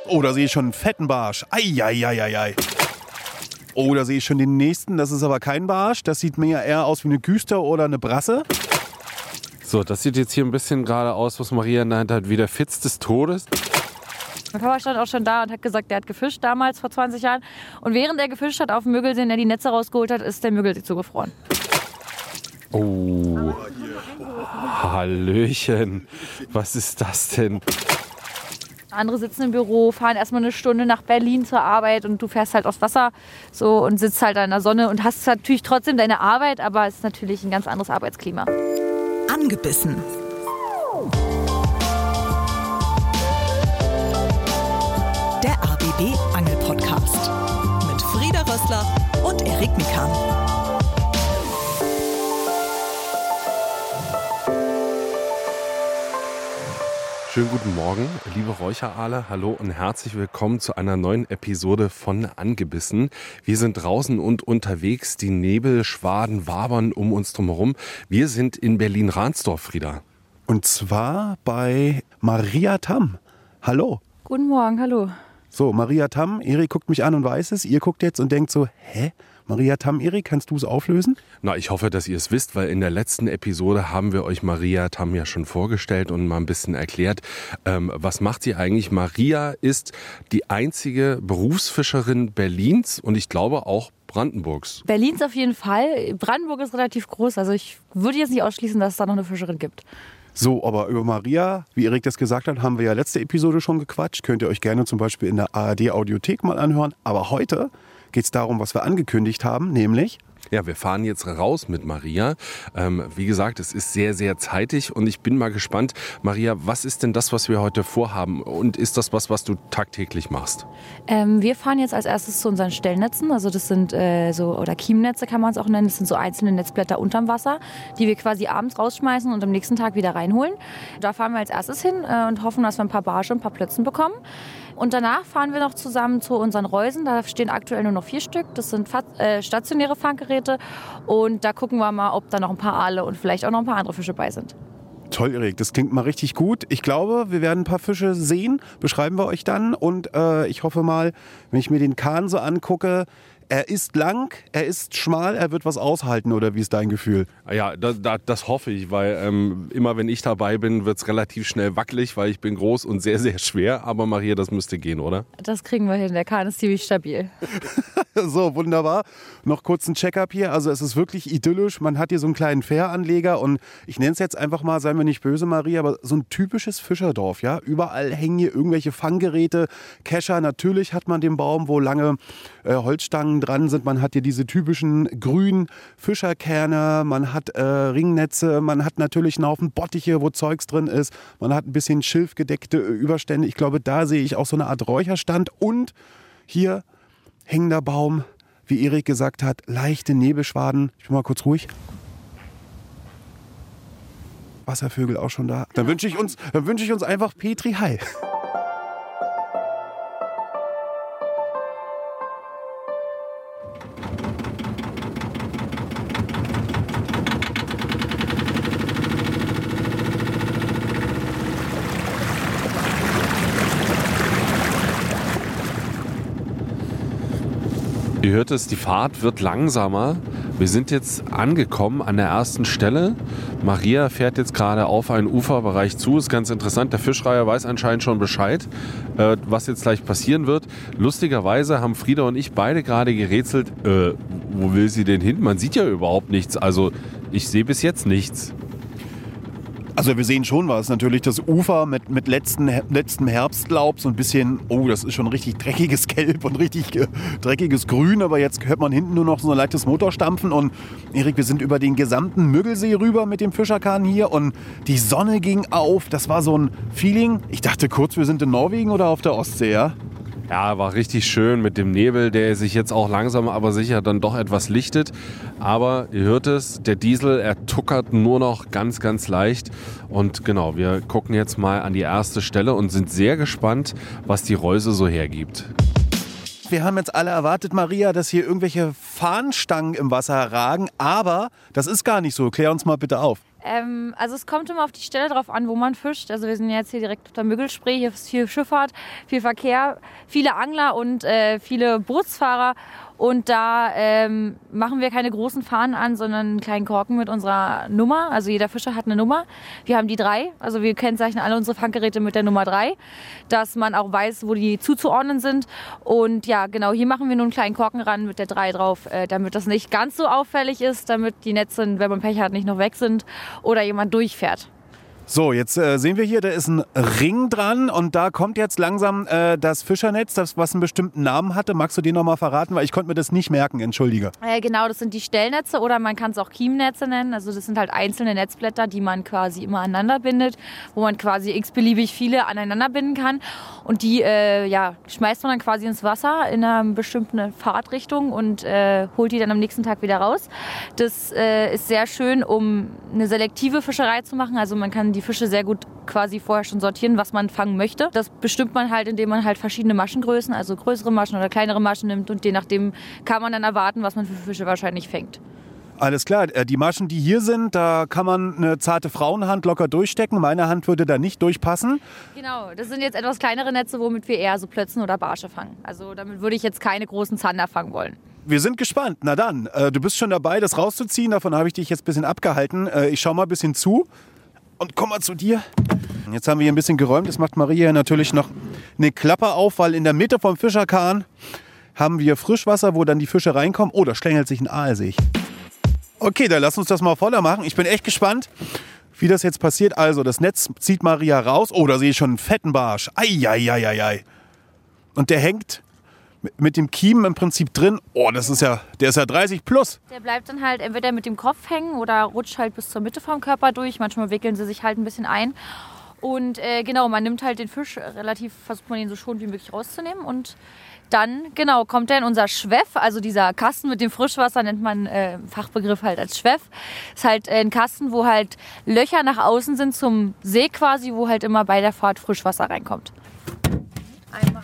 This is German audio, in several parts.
Oh, da sehe ich schon einen fetten Barsch. Eieieiei. Oh, da sehe ich schon den nächsten. Das ist aber kein Barsch. Das sieht mir eher aus wie eine Güster oder eine Brasse. So, das sieht jetzt hier ein bisschen gerade aus, was Maria in der Hand hat, wie der Fitz des Todes. Mein Papa stand auch schon da und hat gesagt, der hat gefischt damals vor 20 Jahren. Und während er gefischt hat auf dem Müggelsee, der die Netze rausgeholt hat, ist der Müggelsee zugefroren. Oh, Hallöchen, was ist das denn? Andere sitzen im Büro, fahren erstmal eine Stunde nach Berlin zur Arbeit und du fährst halt aufs Wasser so und sitzt halt da in der Sonne und hast natürlich trotzdem deine Arbeit, aber es ist natürlich ein ganz anderes Arbeitsklima. Angebissen. Der ABB Angel Podcast mit Frieda Rössler und Erik Mikan. Schönen guten Morgen, liebe Räucheraale, hallo und herzlich willkommen zu einer neuen Episode von Angebissen. Wir sind draußen und unterwegs, die Nebelschwaden wabern um uns drumherum. Wir sind in Berlin-Ransdorf, Frieda. Und zwar bei Maria Tamm. Hallo. Guten Morgen, hallo. So, Maria Tamm, Erik guckt mich an und weiß es. Ihr guckt jetzt und denkt so, hä? Maria Tamm, Erik, kannst du es auflösen? Na, ich hoffe, dass ihr es wisst, weil in der letzten Episode haben wir euch Maria Tamm ja schon vorgestellt und mal ein bisschen erklärt, was macht sie eigentlich. Maria ist die einzige Berufsfischerin Berlins und ich glaube auch Brandenburgs. Berlins auf jeden Fall. Brandenburg ist relativ groß, also ich würde jetzt nicht ausschließen, dass es da noch eine Fischerin gibt. So, aber über Maria, wie Erik das gesagt hat, haben wir ja letzte Episode schon gequatscht. Könnt ihr euch gerne zum Beispiel in der ARD-Audiothek mal anhören. Aber heute geht es darum, was wir angekündigt haben, nämlich... Ja, wir fahren jetzt raus mit Maria. Wie gesagt, es ist sehr, sehr zeitig und ich bin mal gespannt. Maria, was ist denn das, was wir heute vorhaben? Und ist das was du tagtäglich machst? Wir fahren jetzt als erstes zu unseren Stellnetzen. Also das sind oder Kiemnetze kann man es auch nennen. Das sind so einzelne Netzblätter unterm Wasser, die wir quasi abends rausschmeißen und am nächsten Tag wieder reinholen. Da fahren wir als erstes hin und hoffen, dass wir ein paar Barsche und ein paar Plötzen bekommen. Und danach fahren wir noch zusammen zu unseren Reusen. Da stehen aktuell nur noch 4 Stück. Das sind stationäre Fanggeräte. Und da gucken wir mal, ob da noch ein paar Aale und vielleicht auch noch ein paar andere Fische bei sind. Toll, Erik, das klingt mal richtig gut. Ich glaube, wir werden ein paar Fische sehen, beschreiben wir euch dann. Und ich hoffe mal, wenn ich mir den Kahn so angucke, er ist lang, er ist schmal, er wird was aushalten, oder wie ist dein Gefühl? Ja, das hoffe ich, weil immer wenn ich dabei bin, wird es relativ schnell wackelig, weil ich bin groß und sehr, sehr schwer. Aber Maria, das müsste gehen, oder? Das kriegen wir hin, der Kahn ist ziemlich stabil. So, wunderbar. Noch kurz ein Check-up hier. Also es ist wirklich idyllisch. Man hat hier so einen kleinen Fähranleger und ich nenne es jetzt einfach mal, seien wir nicht böse, Maria, aber so ein typisches Fischerdorf. Ja? Überall hängen hier irgendwelche Fanggeräte, Kescher. Natürlich hat man den Baum, wo lange Holzstangen dran sind. Man hat hier diese typischen grünen Fischerkerne, man hat Ringnetze, man hat natürlich einen Haufen Bottiche, wo Zeugs drin ist. Man hat ein bisschen schilfgedeckte Überstände. Ich glaube, da sehe ich auch so eine Art Räucherstand. Und hier hängender Baum, wie Erik gesagt hat, leichte Nebelschwaden. Ich bin mal kurz ruhig. Wasservögel auch schon da. Dann wünsche ich uns einfach Petri Heil. Ihr hört es, die Fahrt wird langsamer. Wir sind jetzt angekommen an der ersten Stelle. Maria fährt jetzt gerade auf einen Uferbereich zu. Ist ganz interessant. Der Fischreiher weiß anscheinend schon Bescheid, was jetzt gleich passieren wird. Lustigerweise haben Frieda und ich beide gerade gerätselt, wo will sie denn hin? Man sieht ja überhaupt nichts. Also ich sehe bis jetzt nichts. Also wir sehen schon was. Natürlich das Ufer mit letztem Herbstlaub, so ein bisschen, oh, das ist schon richtig dreckiges Gelb und richtig dreckiges Grün. Aber jetzt hört man hinten nur noch so ein leichtes Motorstampfen. Und Erik, wir sind über den gesamten Müggelsee rüber mit dem Fischerkahn hier. Und die Sonne ging auf. Das war so ein Feeling. Ich dachte kurz, wir sind in Norwegen oder auf der Ostsee, ja? Ja, war richtig schön mit dem Nebel, der sich jetzt auch langsam aber sicher dann doch etwas lichtet. Aber ihr hört es, der Diesel, er tuckert nur noch ganz, ganz leicht. Und genau, wir gucken jetzt mal an die erste Stelle und sind sehr gespannt, was die Reuse so hergibt. Wir haben jetzt alle erwartet, Maria, dass hier irgendwelche Fahnenstangen im Wasser ragen. Aber das ist gar nicht so. Klär uns mal bitte auf. Also es kommt immer auf die Stelle drauf an, wo man fischt. Also wir sind jetzt hier direkt auf der Müggelspree, hier ist viel Schifffahrt, viel Verkehr, viele Angler und viele Bootsfahrer. Und da machen wir keine großen Fahnen an, sondern einen kleinen Korken mit unserer Nummer. Also jeder Fischer hat eine Nummer. Wir haben die 3. Also wir kennzeichnen alle unsere Fanggeräte mit der Nummer 3, dass man auch weiß, wo die zuzuordnen sind. Und ja, genau, hier machen wir nur einen kleinen Korken ran mit der 3 drauf, damit das nicht ganz so auffällig ist, damit die Netze, wenn man Pech hat, nicht noch weg sind oder jemand durchfährt. So, jetzt sehen wir hier, da ist ein Ring dran und da kommt jetzt langsam das Fischernetz, das was einen bestimmten Namen hatte. Magst du den nochmal verraten? Weil ich konnte mir das nicht merken, entschuldige. Genau, das sind die Stellnetze oder man kann es auch Kiemnetze nennen. Also das sind halt einzelne Netzblätter, die man quasi immer aneinander bindet, wo man quasi x-beliebig viele aneinander binden kann. Und die schmeißt man dann quasi ins Wasser in einer bestimmten Fahrtrichtung und holt die dann am nächsten Tag wieder raus. Das ist sehr schön, um eine selektive Fischerei zu machen. Also man kann die Fische sehr gut quasi vorher schon sortieren, was man fangen möchte. Das bestimmt man halt, indem man halt verschiedene Maschengrößen, also größere Maschen oder kleinere Maschen nimmt und je nachdem kann man dann erwarten, was man für Fische wahrscheinlich fängt. Alles klar, die Maschen, die hier sind, da kann man eine zarte Frauenhand locker durchstecken. Meine Hand würde da nicht durchpassen. Genau, das sind jetzt etwas kleinere Netze, womit wir eher so Plötzen oder Barsche fangen. Also damit würde ich jetzt keine großen Zander fangen wollen. Wir sind gespannt. Na dann, du bist schon dabei, das rauszuziehen. Davon habe ich dich jetzt ein bisschen abgehalten. Ich schaue mal ein bisschen zu. Und komm mal zu dir. Jetzt haben wir hier ein bisschen geräumt. Das macht Maria natürlich noch eine Klappe auf, weil in der Mitte vom Fischerkahn haben wir Frischwasser, wo dann die Fische reinkommen. Oh, da schlängelt sich ein Aal, sehe ich. Okay, dann lass uns das mal voller machen. Ich bin echt gespannt, wie das jetzt passiert. Also, das Netz zieht Maria raus. Oh, da sehe ich schon einen fetten Barsch. Ei. Und der hängt mit dem Kiemen im Prinzip drin. Oh, der ist ja 30 plus. Der bleibt dann halt entweder mit dem Kopf hängen oder rutscht halt bis zur Mitte vom Körper durch. Manchmal wickeln sie sich halt ein bisschen ein. Und genau, man nimmt halt den Fisch versucht man ihn so schonend wie möglich rauszunehmen. Und dann, genau, kommt er in unser Schweff. Also dieser Kasten mit dem Frischwasser nennt man im Fachbegriff halt als Schweff. Ist halt ein Kasten, wo halt Löcher nach außen sind zum See quasi, wo halt immer bei der Fahrt Frischwasser reinkommt. Einmal.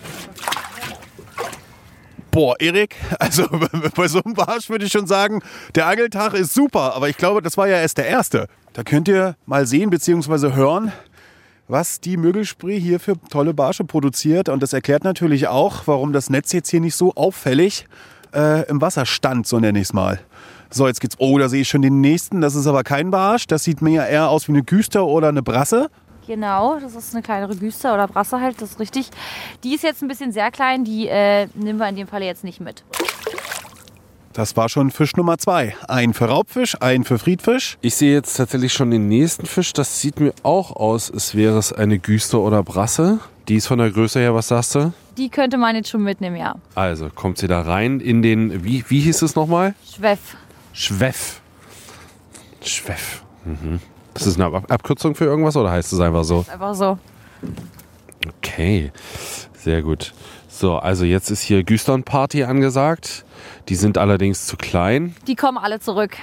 Boah, Erik, also bei so einem Barsch würde ich schon sagen, der Angeltag ist super, aber ich glaube, das war ja erst der erste. Da könnt ihr mal sehen bzw. hören, was die Müggelspree hier für tolle Barsche produziert. Und das erklärt natürlich auch, warum das Netz jetzt hier nicht so auffällig im Wasser stand, so nenne ich es mal. So, jetzt geht's. Oh, da sehe ich schon den nächsten. Das ist aber kein Barsch. Das sieht mir ja eher aus wie eine Güster oder eine Brasse. Genau, das ist eine kleinere Güster oder Brasse halt, das ist richtig. Die ist jetzt ein bisschen sehr klein, die nehmen wir in dem Fall jetzt nicht mit. Das war schon Fisch Nummer 2. Ein für Raubfisch, ein für Friedfisch. Ich sehe jetzt tatsächlich schon den nächsten Fisch. Das sieht mir auch aus, als wäre es eine Güster oder Brasse. Die ist von der Größe her, was sagst du? Die könnte man jetzt schon mitnehmen, ja. Also kommt sie da rein in den, wie hieß es nochmal? Schweff. Schweff. Mhm. Das ist eine Abkürzung für irgendwas oder heißt es einfach so? Einfach so. Okay, sehr gut. So, also jetzt ist hier Güsternparty angesagt. Die sind allerdings zu klein. Die kommen alle zurück.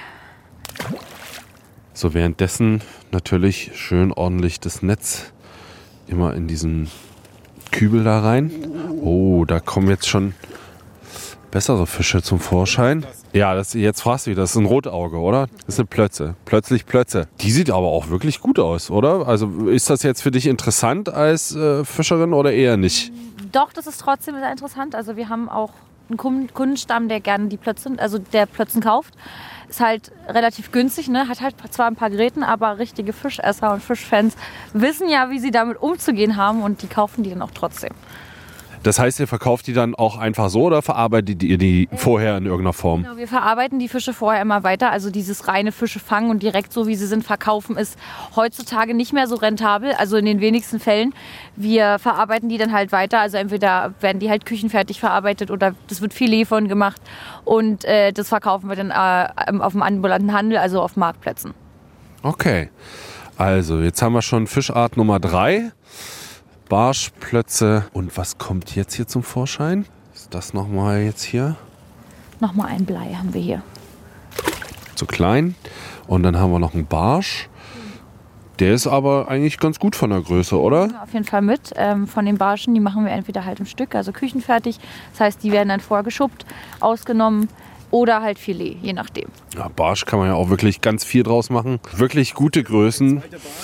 So, währenddessen natürlich schön ordentlich das Netz immer in diesen Kübel da rein. Oh, da kommen jetzt schon bessere Fische zum Vorschein. Ja, jetzt fragst du wieder, das ist ein Rotauge, oder? Das ist eine Plötze. Plötzlich Plötze. Die sieht aber auch wirklich gut aus, oder? Also ist das jetzt für dich interessant als Fischerin oder eher nicht? Doch, das ist trotzdem sehr interessant. Also wir haben auch einen Kundenstamm, der gerne die Plötzen, also der Plötzen kauft. Ist halt relativ günstig, ne? Hat halt zwar ein paar Gräten, aber richtige Fischesser und Fischfans wissen ja, wie sie damit umzugehen haben und die kaufen die dann auch trotzdem. Das heißt, ihr verkauft die dann auch einfach so oder verarbeitet ihr die vorher in irgendeiner Form? Genau, wir verarbeiten die Fische vorher immer weiter. Also dieses reine Fische fangen und direkt so, wie sie sind, verkaufen ist heutzutage nicht mehr so rentabel. Also in den wenigsten Fällen. Wir verarbeiten die dann halt weiter. Also entweder werden die halt küchenfertig verarbeitet oder das wird Filet von gemacht. Und das verkaufen wir dann auf dem ambulanten Handel, also auf Marktplätzen. Okay, also jetzt haben wir schon Fischart Nummer 3. Barsch, Plötze. Und was kommt jetzt hier zum Vorschein? Ist das nochmal jetzt hier? Nochmal ein Blei haben wir hier. Zu klein. Und dann haben wir noch einen Barsch. Der ist aber eigentlich ganz gut von der Größe, oder? Auf jeden Fall mit. Von den Barschen, die machen wir entweder halt im Stück, also küchenfertig. Das heißt, die werden dann vorgeschuppt, ausgenommen, oder halt Filet, je nachdem. Ja, Barsch kann man ja auch wirklich ganz viel draus machen. Wirklich gute Größen.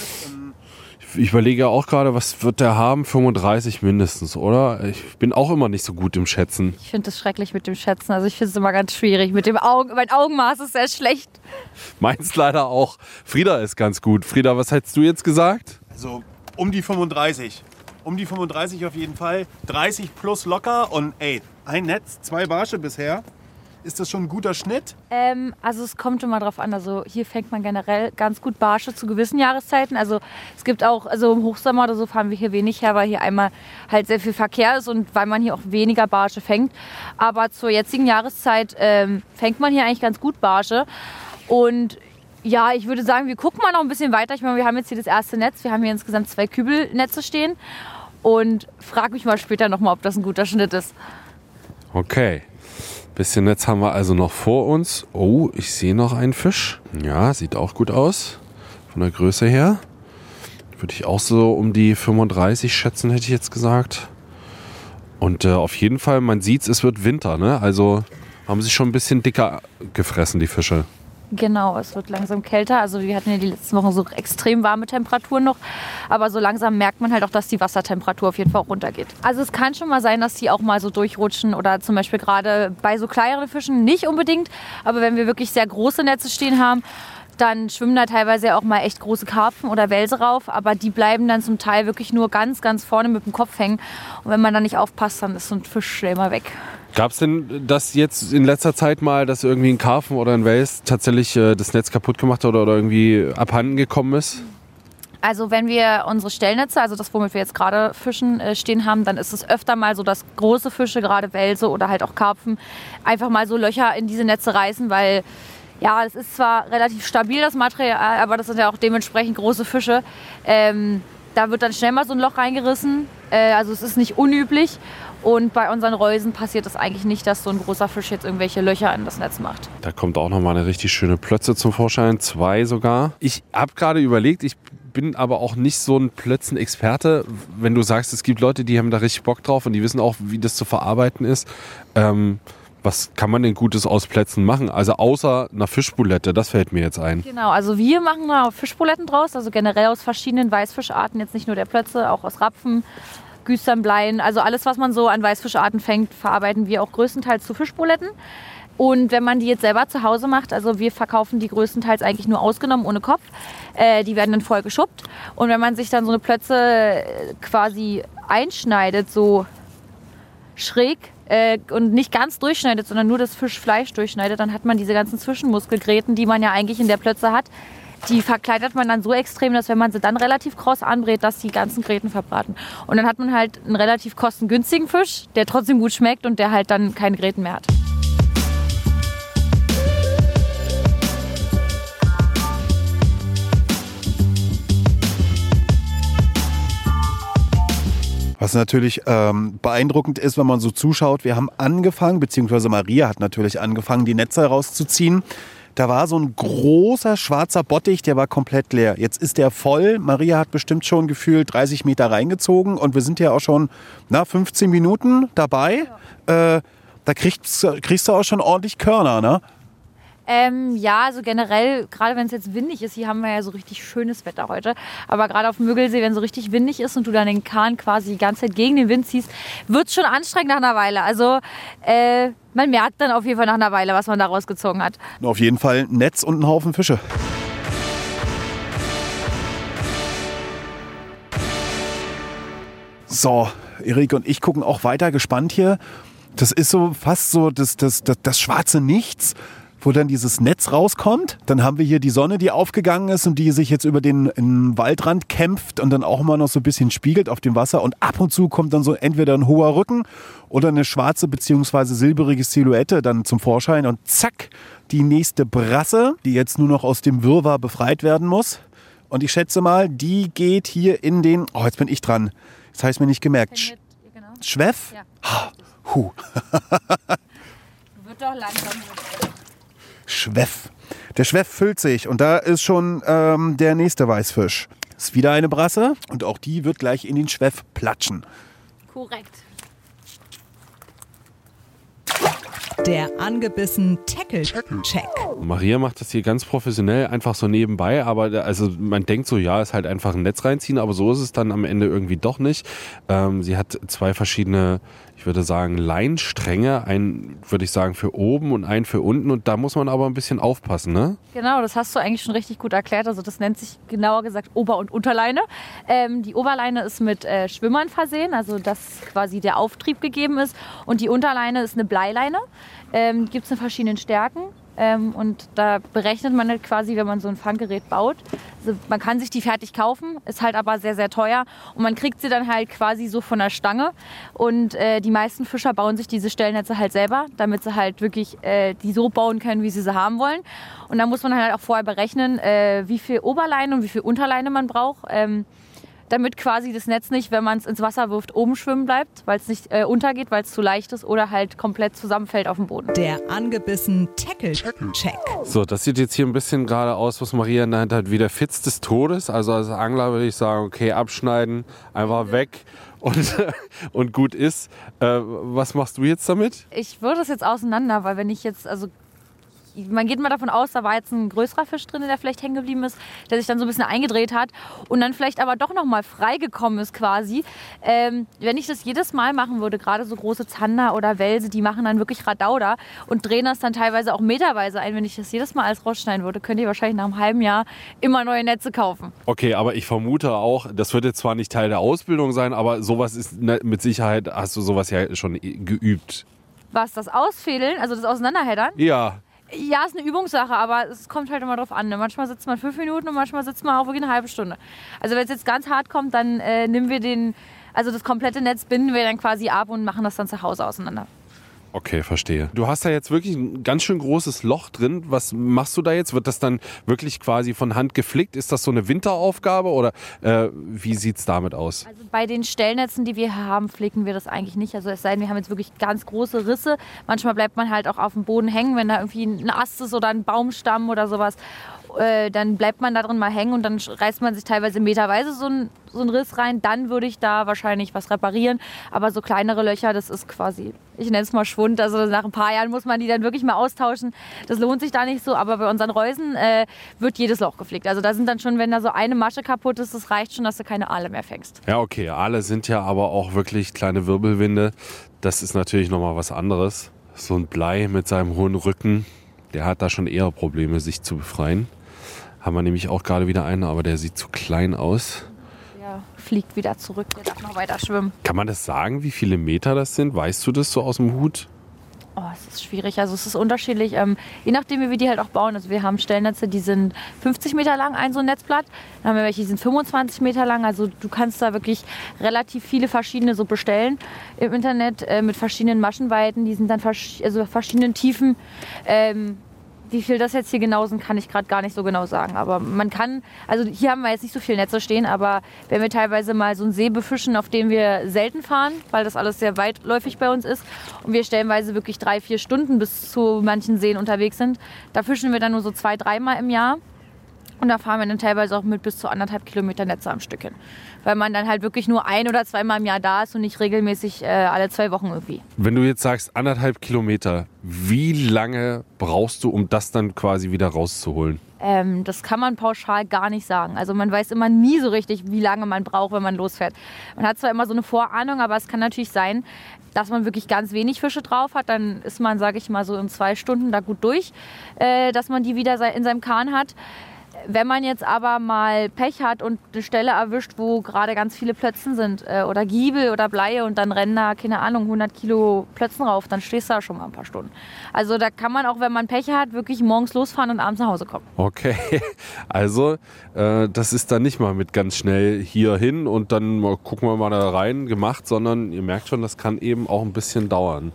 Ich überlege auch gerade, was wird der haben? 35 mindestens, oder? Ich bin auch immer nicht so gut im Schätzen. Ich finde das schrecklich mit dem Schätzen. Also ich finde es immer ganz schwierig. Mit dem mein Augenmaß ist sehr schlecht. Meins leider auch. Frieda ist ganz gut. Frieda, was hättest du jetzt gesagt? Also um die 35. Um die 35 auf jeden Fall. 30 plus locker und ein Netz, 2 Barsche bisher. Ist das schon ein guter Schnitt? Also es kommt immer drauf an. Also hier fängt man generell ganz gut Barsche zu gewissen Jahreszeiten. Also es gibt auch, also im Hochsommer oder so fahren wir hier wenig her, weil hier einmal halt sehr viel Verkehr ist und weil man hier auch weniger Barsche fängt. Aber zur jetzigen Jahreszeit fängt man hier eigentlich ganz gut Barsche. Und ja, ich würde sagen, wir gucken mal noch ein bisschen weiter. Ich meine, wir haben jetzt hier das erste Netz. Wir haben hier insgesamt 2 Kübelnetze stehen. Und frag mich mal später nochmal, ob das ein guter Schnitt ist. Okay. Bisschen Netz haben wir also noch vor uns. Oh, ich sehe noch einen Fisch. Ja, sieht auch gut aus. Von der Größe her. Würde ich auch so um die 35 schätzen, hätte ich jetzt gesagt. Und auf jeden Fall, man sieht es wird Winter, ne? Also haben sich schon ein bisschen dicker gefressen, die Fische. Genau, es wird langsam kälter. Also wir hatten ja die letzten Wochen so extrem warme Temperaturen noch. Aber so langsam merkt man halt auch, dass die Wassertemperatur auf jeden Fall auch runtergeht. Also es kann schon mal sein, dass die auch mal so durchrutschen. Oder zum Beispiel gerade bei so kleineren Fischen nicht unbedingt. Aber wenn wir wirklich sehr große Netze stehen haben, dann schwimmen da teilweise auch mal echt große Karpfen oder Welse rauf. Aber die bleiben dann zum Teil wirklich nur ganz, ganz vorne mit dem Kopf hängen. Und wenn man da nicht aufpasst, dann ist so ein Fisch schnell mal weg. Gab es denn das jetzt in letzter Zeit mal, dass irgendwie ein Karpfen oder ein Wels tatsächlich das Netz kaputt gemacht hat oder irgendwie abhanden gekommen ist? Also wenn wir unsere Stellnetze, also das, womit wir jetzt gerade Fischen stehen haben, dann ist es öfter mal so, dass große Fische, gerade Welse oder halt auch Karpfen, einfach mal so Löcher in diese Netze reißen, weil ja, es ist zwar relativ stabil, das Material, aber das sind ja auch dementsprechend große Fische. Da wird dann schnell mal so ein Loch reingerissen, also es ist nicht unüblich. Und bei unseren Reusen passiert es eigentlich nicht, dass so ein großer Fisch jetzt irgendwelche Löcher in das Netz macht. Da kommt auch nochmal eine richtig schöne Plötze zum Vorschein, 2 sogar. Ich habe gerade überlegt, ich bin aber auch nicht so ein Plötzen-Experte. Wenn du sagst, es gibt Leute, die haben da richtig Bock drauf und die wissen auch, wie das zu verarbeiten ist. Was kann man denn Gutes aus Plätzen machen? Also außer einer Fischbulette, das fällt mir jetzt ein. Genau, also wir machen da Fischbuletten draus, also generell aus verschiedenen Weißfischarten, jetzt nicht nur der Plötze, auch aus Rapfen, Güstern, Bleien, also alles, was man so an Weißfischarten fängt, verarbeiten wir auch größtenteils zu Fischbuletten. Und wenn man die jetzt selber zu Hause macht, also wir verkaufen die größtenteils eigentlich nur ausgenommen, ohne Kopf, die werden dann voll geschuppt. Und wenn man sich dann so eine Plötze quasi einschneidet, so schräg und nicht ganz durchschneidet, sondern nur das Fischfleisch durchschneidet, dann hat man diese ganzen Zwischenmuskelgräten, die man ja eigentlich in der Plötze hat. Die verkleidet man dann so extrem, dass wenn man sie dann relativ kross anbrät, dass die ganzen Gräten verbraten. Und dann hat man halt einen relativ kostengünstigen Fisch, der trotzdem gut schmeckt und der halt dann keine Gräten mehr hat. Was natürlich beeindruckend ist, wenn man so zuschaut, wir haben angefangen, beziehungsweise Maria hat natürlich angefangen, die Netze rauszuziehen. Da war so ein großer schwarzer Bottich, der war komplett leer. Jetzt ist der voll. Maria hat bestimmt schon gefühlt 30 Meter reingezogen und wir sind ja auch schon 15 Minuten dabei. Da kriegst du auch schon ordentlich Körner, ne? Ja, also generell, gerade wenn es jetzt windig ist, hier haben wir ja so richtig schönes Wetter heute, aber gerade auf dem Müggelsee, wenn es so richtig windig ist und du dann den Kahn quasi die ganze Zeit gegen den Wind ziehst, wird es schon anstrengend nach einer Weile. Also man merkt dann auf jeden Fall nach einer Weile, was man da rausgezogen hat. Auf jeden Fall ein Netz und ein Haufen Fische. So, Erik und ich gucken auch weiter gespannt hier. Das ist so fast so das schwarze Nichts, wo dann dieses Netz rauskommt. Dann haben wir hier die Sonne, die aufgegangen ist und die sich jetzt über den Waldrand kämpft und dann auch immer noch so ein bisschen spiegelt auf dem Wasser. Und ab und zu kommt dann so entweder ein hoher Rücken oder eine schwarze bzw. silberige Silhouette dann zum Vorschein. Und zack, die nächste Brasse, die jetzt nur noch aus dem Wirrwarr befreit werden muss. Und ich schätze mal, die geht hier in den... Oh, jetzt bin ich dran. Das heißt mir nicht gemerkt. Schweff? Ja. Wird doch langsam. Schweff. Der Schweff füllt sich und da ist schon der nächste Weißfisch. Ist wieder eine Brasse und auch die wird gleich in den Schweff platschen. Korrekt. Der angebissen Tackle-Check. Maria macht das hier ganz professionell, einfach so nebenbei, aber also man denkt so, ja, ist halt einfach ein Netz reinziehen, aber so ist es dann am Ende irgendwie doch nicht. Sie hat 2 verschiedene, ich würde sagen, Leinstränge, einen, würde ich sagen, für oben und einen für unten, und da muss man aber ein bisschen aufpassen, ne? Genau, das hast du eigentlich schon richtig gut erklärt. Also das nennt sich genauer gesagt Ober- und Unterleine. Die Oberleine ist mit Schwimmern versehen, also dass quasi der Auftrieb gegeben ist, und die Unterleine ist eine Bleileine. Gibt es in verschiedenen Stärken. Und da berechnet man halt quasi, wenn man so ein Fanggerät baut. Also man kann sich die fertig kaufen, ist halt aber sehr, sehr teuer. Und man kriegt sie dann halt quasi so von der Stange. Und die meisten Fischer bauen sich diese Stellnetze halt selber, damit sie halt wirklich die so bauen können, wie sie haben wollen. Und da muss man halt auch vorher berechnen, wie viel Oberleine und wie viel Unterleine man braucht. Damit quasi das Netz nicht, wenn man es ins Wasser wirft, oben schwimmen bleibt, weil es nicht untergeht, weil es zu leicht ist oder halt komplett zusammenfällt auf dem Boden. Der angebissen Tackle-Check. So, das sieht jetzt hier ein bisschen gerade aus, was Maria in der Hand hat, wie der Fitz des Todes. Also als Angler würde ich sagen, okay, abschneiden, einfach weg und gut ist. Was machst du jetzt damit? Ich würde es jetzt auseinander, weil wenn ich jetzt, also man geht mal davon aus, da war jetzt ein größerer Fisch drin, der vielleicht hängen geblieben ist, der sich dann so ein bisschen eingedreht hat und dann vielleicht aber doch nochmal freigekommen ist quasi. Wenn ich das jedes Mal machen würde, gerade so große Zander oder Welse, die machen dann wirklich Radauder und drehen das dann teilweise auch meterweise ein. Wenn ich das jedes Mal alles rausschneiden würde, könnt ihr wahrscheinlich nach einem halben Jahr immer neue Netze kaufen. Okay, aber ich vermute auch, das wird jetzt zwar nicht Teil der Ausbildung sein, aber sowas ist mit Sicherheit, hast du sowas ja schon geübt. Was, das Ausfädeln, also das Auseinanderheddern? Ja. Ja, ist eine Übungssache, aber es kommt halt immer drauf an. Ne? Manchmal sitzt man 5 Minuten und manchmal sitzt man auch wirklich eine halbe Stunde. Also wenn es jetzt ganz hart kommt, dann nehmen wir das komplette Netz binden wir dann quasi ab und machen das dann zu Hause auseinander. Okay, verstehe. Du hast da jetzt wirklich ein ganz schön großes Loch drin. Was machst du da jetzt? Wird das dann wirklich quasi von Hand geflickt? Ist das so eine Winteraufgabe oder wie sieht es damit aus? Also bei den Stellnetzen, die wir haben, flicken wir das eigentlich nicht. Also es sei denn, wir haben jetzt wirklich ganz große Risse. Manchmal bleibt man halt auch auf dem Boden hängen, wenn da irgendwie ein Ast ist oder ein Baumstamm oder sowas. Dann bleibt man da drin mal hängen und dann reißt man sich teilweise meterweise so einen Riss rein. Dann würde ich da wahrscheinlich was reparieren. Aber so kleinere Löcher, das ist quasi, ich nenne es mal Schwund. Also nach ein paar Jahren muss man die dann wirklich mal austauschen. Das lohnt sich da nicht so. Aber bei unseren Reusen wird jedes Loch geflickt. Also da sind dann schon, wenn da so eine Masche kaputt ist, das reicht schon, dass du keine Aale mehr fängst. Ja, okay. Aale sind ja aber auch wirklich kleine Wirbelwinde. Das ist natürlich nochmal was anderes. So ein Blei mit seinem hohen Rücken, der hat da schon eher Probleme, sich zu befreien. Haben wir nämlich auch gerade wieder einen, aber der sieht zu klein aus. Der fliegt wieder zurück, der darf noch weiter schwimmen. Kann man das sagen, wie viele Meter das sind? Weißt du das so aus dem Hut? Oh, es ist schwierig. Also es ist unterschiedlich, je nachdem, wie wir die halt auch bauen. Also wir haben Stellnetze, die sind 50 Meter lang, ein so ein Netzblatt. Dann haben wir welche, die sind 25 Meter lang. Also du kannst da wirklich relativ viele verschiedene so bestellen im Internet mit verschiedenen Maschenweiten. Die sind dann verschiedenen Tiefen. Wie viel das jetzt hier genau sind, kann ich gerade gar nicht so genau sagen. Aber man kann, also hier haben wir jetzt nicht so viele Netze stehen, aber wenn wir teilweise mal so einen See befischen, auf dem wir selten fahren, weil das alles sehr weitläufig bei uns ist und wir stellenweise wirklich 3-4 Stunden bis zu manchen Seen unterwegs sind, da fischen wir dann nur so 2-3 Mal im Jahr. Und da fahren wir dann teilweise auch mit bis zu 1,5 Kilometer Netze am Stück hin. Weil man dann halt wirklich nur 1- oder 2-mal im Jahr da ist und nicht regelmäßig alle 2 Wochen irgendwie. Wenn du jetzt sagst 1,5 Kilometer, wie lange brauchst du, um das dann quasi wieder rauszuholen? Das kann man pauschal gar nicht sagen. Also man weiß immer nie so richtig, wie lange man braucht, wenn man losfährt. Man hat zwar immer so eine Vorahnung, aber es kann natürlich sein, dass man wirklich ganz wenig Fische drauf hat. Dann ist man, sage ich mal, so in 2 Stunden da gut durch, dass man die wieder in seinem Kahn hat. Wenn man jetzt aber mal Pech hat und eine Stelle erwischt, wo gerade ganz viele Plötzen sind oder Giebel oder Bleie und dann rennen da, keine Ahnung, 100 Kilo Plötzen rauf, dann stehst du da schon mal ein paar Stunden. Also da kann man auch, wenn man Pech hat, wirklich morgens losfahren und abends nach Hause kommen. Okay, also das ist dann nicht mal mit ganz schnell hier hin und dann gucken wir mal da rein gemacht, sondern ihr merkt schon, das kann eben auch ein bisschen dauern.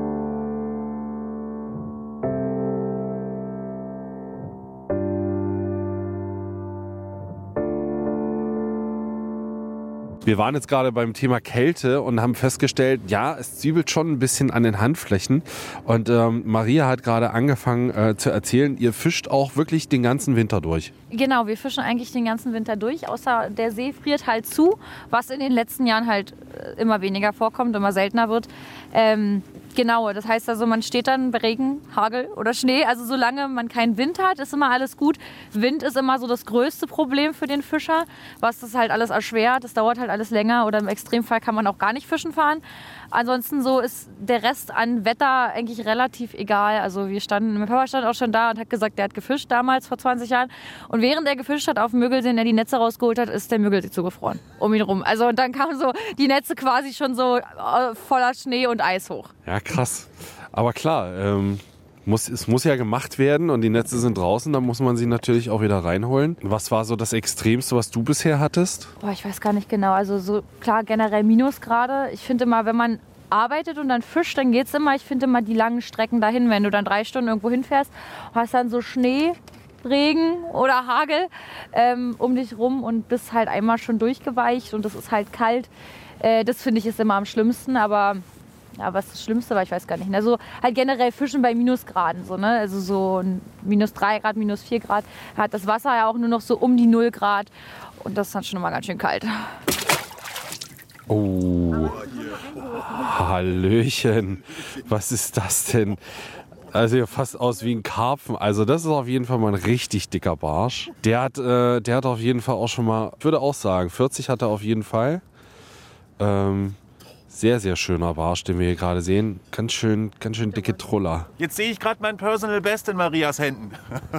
Wir waren jetzt gerade beim Thema Kälte und haben festgestellt, ja, es zwiebelt schon ein bisschen an den Handflächen. Und Maria hat gerade angefangen zu erzählen, ihr fischt auch wirklich den ganzen Winter durch. Genau, wir fischen eigentlich den ganzen Winter durch, außer der See friert halt zu, was in den letzten Jahren halt immer weniger vorkommt, immer seltener wird. Genau, das heißt also, man steht dann bei Regen, Hagel oder Schnee. Also solange man keinen Wind hat, ist immer alles gut. Wind ist immer so das größte Problem für den Fischer, was das halt alles erschwert. Das dauert halt alles länger oder im Extremfall kann man auch gar nicht fischen fahren. Ansonsten so ist der Rest an Wetter eigentlich relativ egal. Also mein Papa stand auch schon da und hat gesagt, der hat gefischt damals vor 20 Jahren. Und während er gefischt hat auf dem Müggelsee, der die Netze rausgeholt hat, ist der Müggelsee zugefroren um ihn rum. Also und dann kamen so die Netze quasi schon so voller Schnee und Eis hoch. Ja, krass. Aber klar, es muss ja gemacht werden und die Netze sind draußen, dann muss man sie natürlich auch wieder reinholen. Was war so das Extremste, was du bisher hattest? Boah, ich weiß gar nicht genau. Also so klar generell Minusgrade. Ich finde immer, wenn man arbeitet und dann fischt, dann geht's immer. Ich finde immer die langen Strecken dahin, wenn du dann 3 Stunden irgendwo hinfährst, hast dann so Schnee, Regen oder Hagel um dich rum und bist halt einmal schon durchgeweicht und es ist halt kalt. Das finde ich ist immer am schlimmsten, aber ja, was das Schlimmste war, ich weiß gar nicht. Also halt generell Fischen bei Minusgraden, so, ne? Also so -3 Grad, -4 Grad hat das Wasser ja auch nur noch so um die 0 Grad und das ist dann schon immer ganz schön kalt. Oh, Hallöchen, was ist das denn? Also sieht fast aus wie ein Karpfen. Also das ist auf jeden Fall mal ein richtig dicker Barsch. Der hat auf jeden Fall auch schon mal, ich würde auch sagen, 40 hat er auf jeden Fall. Sehr, sehr schöner Barsch, den wir hier gerade sehen. Ganz schön dicke Truller. Jetzt sehe ich gerade mein Personal Best in Marias Händen.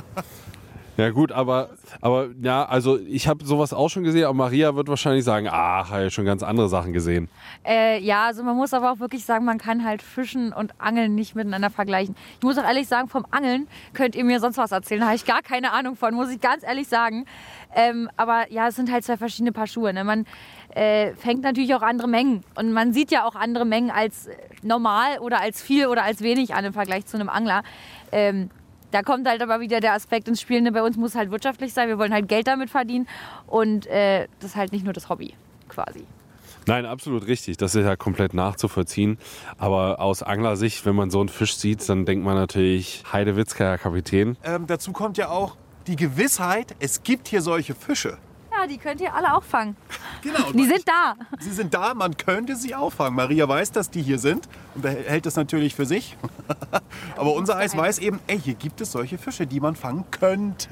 Ja gut, aber ja, also ich habe sowas auch schon gesehen, aber Maria wird wahrscheinlich sagen, ach, habe ich schon ganz andere Sachen gesehen. Ja, also man muss aber auch wirklich sagen, man kann halt Fischen und Angeln nicht miteinander vergleichen. Ich muss auch ehrlich sagen, vom Angeln könnt ihr mir sonst was erzählen. Da habe ich gar keine Ahnung von, muss ich ganz ehrlich sagen. Aber ja, es sind halt 2 verschiedene Paar Schuhe. Ne? Man fängt natürlich auch andere Mengen. Und man sieht ja auch andere Mengen als normal oder als viel oder als wenig an im Vergleich zu einem Angler. Da kommt halt aber wieder der Aspekt ins Spiel. Ne? Bei uns muss es halt wirtschaftlich sein. Wir wollen halt Geld damit verdienen. Und das ist halt nicht nur das Hobby quasi. Nein, absolut richtig. Das ist ja komplett nachzuvollziehen. Aber aus Anglersicht, wenn man so einen Fisch sieht, dann denkt man natürlich, Heidewitzka, Herr Kapitän. Dazu kommt ja auch die Gewissheit, es gibt hier solche Fische. Ja, die könnt ihr alle auch fangen. Genau. Die sind da. Sie sind da, man könnte sie auffangen. Maria weiß, dass die hier sind und behält das natürlich für sich. Aber unser Eis weiß eben, hier gibt es solche Fische, die man fangen könnte.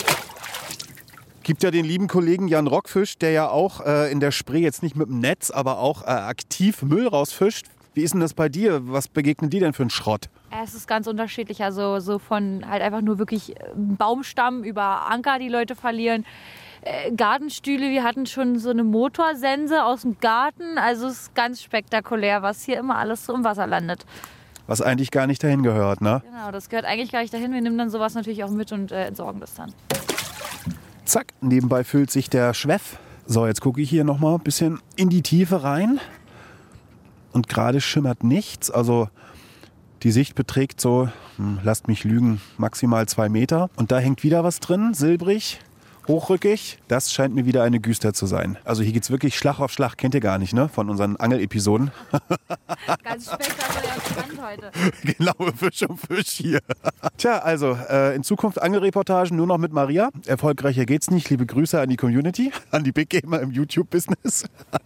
Gibt ja den lieben Kollegen Jan Rockfisch, der ja auch in der Spree jetzt nicht mit dem Netz, aber auch aktiv Müll rausfischt. Wie ist denn das bei dir? Was begegnen die denn für einen Schrott? Es ist ganz unterschiedlich. Also so von halt einfach nur wirklich Baumstamm über Anker, die Leute verlieren. Gartenstühle, wir hatten schon so eine Motorsense aus dem Garten. Also es ist ganz spektakulär, was hier immer alles so im Wasser landet. Was eigentlich gar nicht dahin gehört, ne? Genau, das gehört eigentlich gar nicht dahin. Wir nehmen dann sowas natürlich auch mit und entsorgen das dann. Zack, nebenbei füllt sich der Schweff. So, jetzt gucke ich hier nochmal ein bisschen in die Tiefe rein. Und gerade schimmert nichts. Also die Sicht beträgt so, lasst mich lügen, maximal 2 Meter. Und da hängt wieder was drin, silbrig. Hochrückig, das scheint mir wieder eine Güster zu sein. Also hier geht's wirklich Schlag auf Schlag, kennt ihr gar nicht, ne? Von unseren Angelepisoden. Ganz spektakulär spannend heute. Genau, Fisch um Fisch hier. Tja, also in Zukunft Angelreportagen nur noch mit Maria. Erfolgreicher geht's nicht. Liebe Grüße an die Community, an die Big Gamer im YouTube-Business.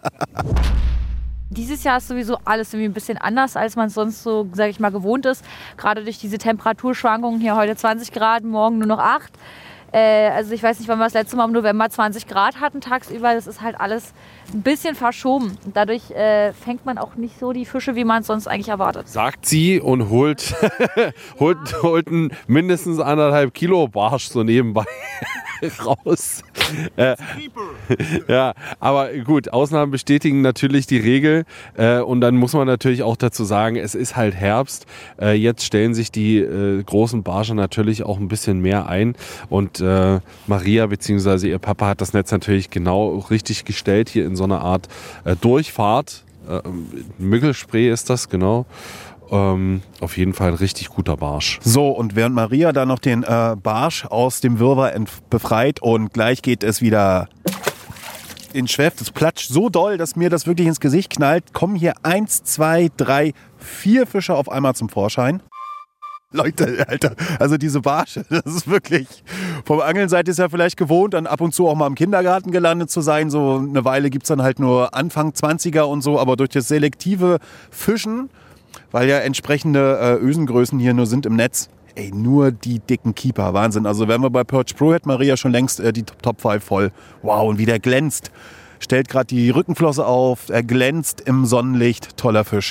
Dieses Jahr ist sowieso alles irgendwie ein bisschen anders, als man es sonst so, sage ich mal, gewohnt ist. Gerade durch diese Temperaturschwankungen hier heute 20 Grad, morgen nur noch 8. Also ich weiß nicht, wann wir das letzte Mal im November 20 Grad hatten tagsüber. Das ist halt alles ein bisschen verschoben. Dadurch fängt man auch nicht so die Fische, wie man es sonst eigentlich erwartet. Sagt sie und holt einen mindestens 1,5 Kilo Barsch so nebenbei raus. Ja, aber gut, Ausnahmen bestätigen natürlich die Regel. Und dann muss man natürlich auch dazu sagen, es ist halt Herbst. Jetzt stellen sich die großen Barsche natürlich auch ein bisschen mehr ein. Und Maria bzw. ihr Papa hat das Netz natürlich genau richtig gestellt, hier in so einer Art Durchfahrt. Müggelspree ist das, genau. Auf jeden Fall ein richtig guter Barsch. So, und während Maria dann noch den Barsch aus dem Wirrwarr befreit und gleich geht es wieder in Schweff. Das platscht so doll, dass mir das wirklich ins Gesicht knallt. Kommen hier 1, 2, 3, 4 Fische auf einmal zum Vorschein. Leute, Alter, also diese Barsche, das ist wirklich, vom Angeln seid ihr es ja vielleicht gewohnt, dann ab und zu auch mal im Kindergarten gelandet zu sein. So eine Weile gibt es dann halt nur Anfang 20er und so, aber durch das selektive Fischen weil ja entsprechende Ösengrößen hier nur sind im Netz. Ey, nur die dicken Keeper, Wahnsinn. Also wären wir bei Perch Pro, hätte Maria schon längst die Top 5 voll. Wow, und wie der glänzt. Stellt gerade die Rückenflosse auf, er glänzt im Sonnenlicht. Toller Fisch.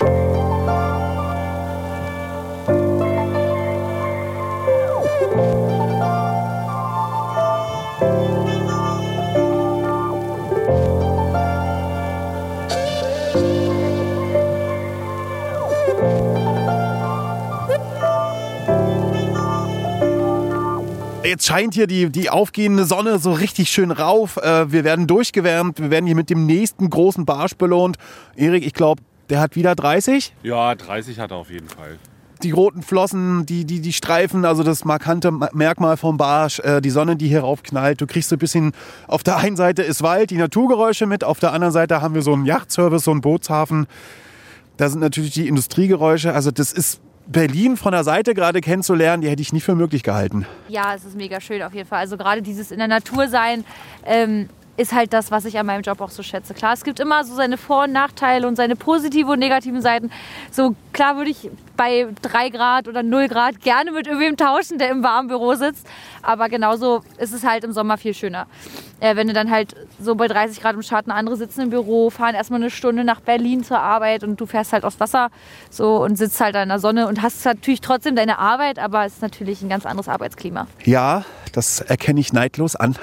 Jetzt scheint hier die aufgehende Sonne so richtig schön rauf. Wir werden durchgewärmt. Wir werden hier mit dem nächsten großen Barsch belohnt. Erik, ich glaube, der hat wieder 30. Ja, 30 hat er auf jeden Fall. Die roten Flossen, die Streifen, also das markante Merkmal vom Barsch, die Sonne, die hier raufknallt. Du kriegst so ein bisschen, auf der einen Seite ist Wald, die Naturgeräusche mit, auf der anderen Seite haben wir so einen Yachtservice, so einen Bootshafen. Da sind natürlich die Industriegeräusche. Also das ist Berlin von der Seite gerade kennenzulernen, die hätte ich nicht für möglich gehalten. Ja, es ist mega schön auf jeden Fall. Also gerade dieses in der Natur sein ist halt das, was ich an meinem Job auch so schätze. Klar, es gibt immer so seine Vor- und Nachteile und seine positiven und negativen Seiten. So klar würde ich bei 3 Grad oder 0 Grad gerne mit irgendwem tauschen, der im warmen Büro sitzt. Aber genauso ist es halt im Sommer viel schöner. Wenn du dann halt so bei 30 Grad im Schatten, andere sitzen im Büro, fahren erstmal eine Stunde nach Berlin zur Arbeit und du fährst halt aufs Wasser so und sitzt halt da in der Sonne und hast natürlich trotzdem deine Arbeit, aber es ist natürlich ein ganz anderes Arbeitsklima. Ja, das erkenne ich neidlos an.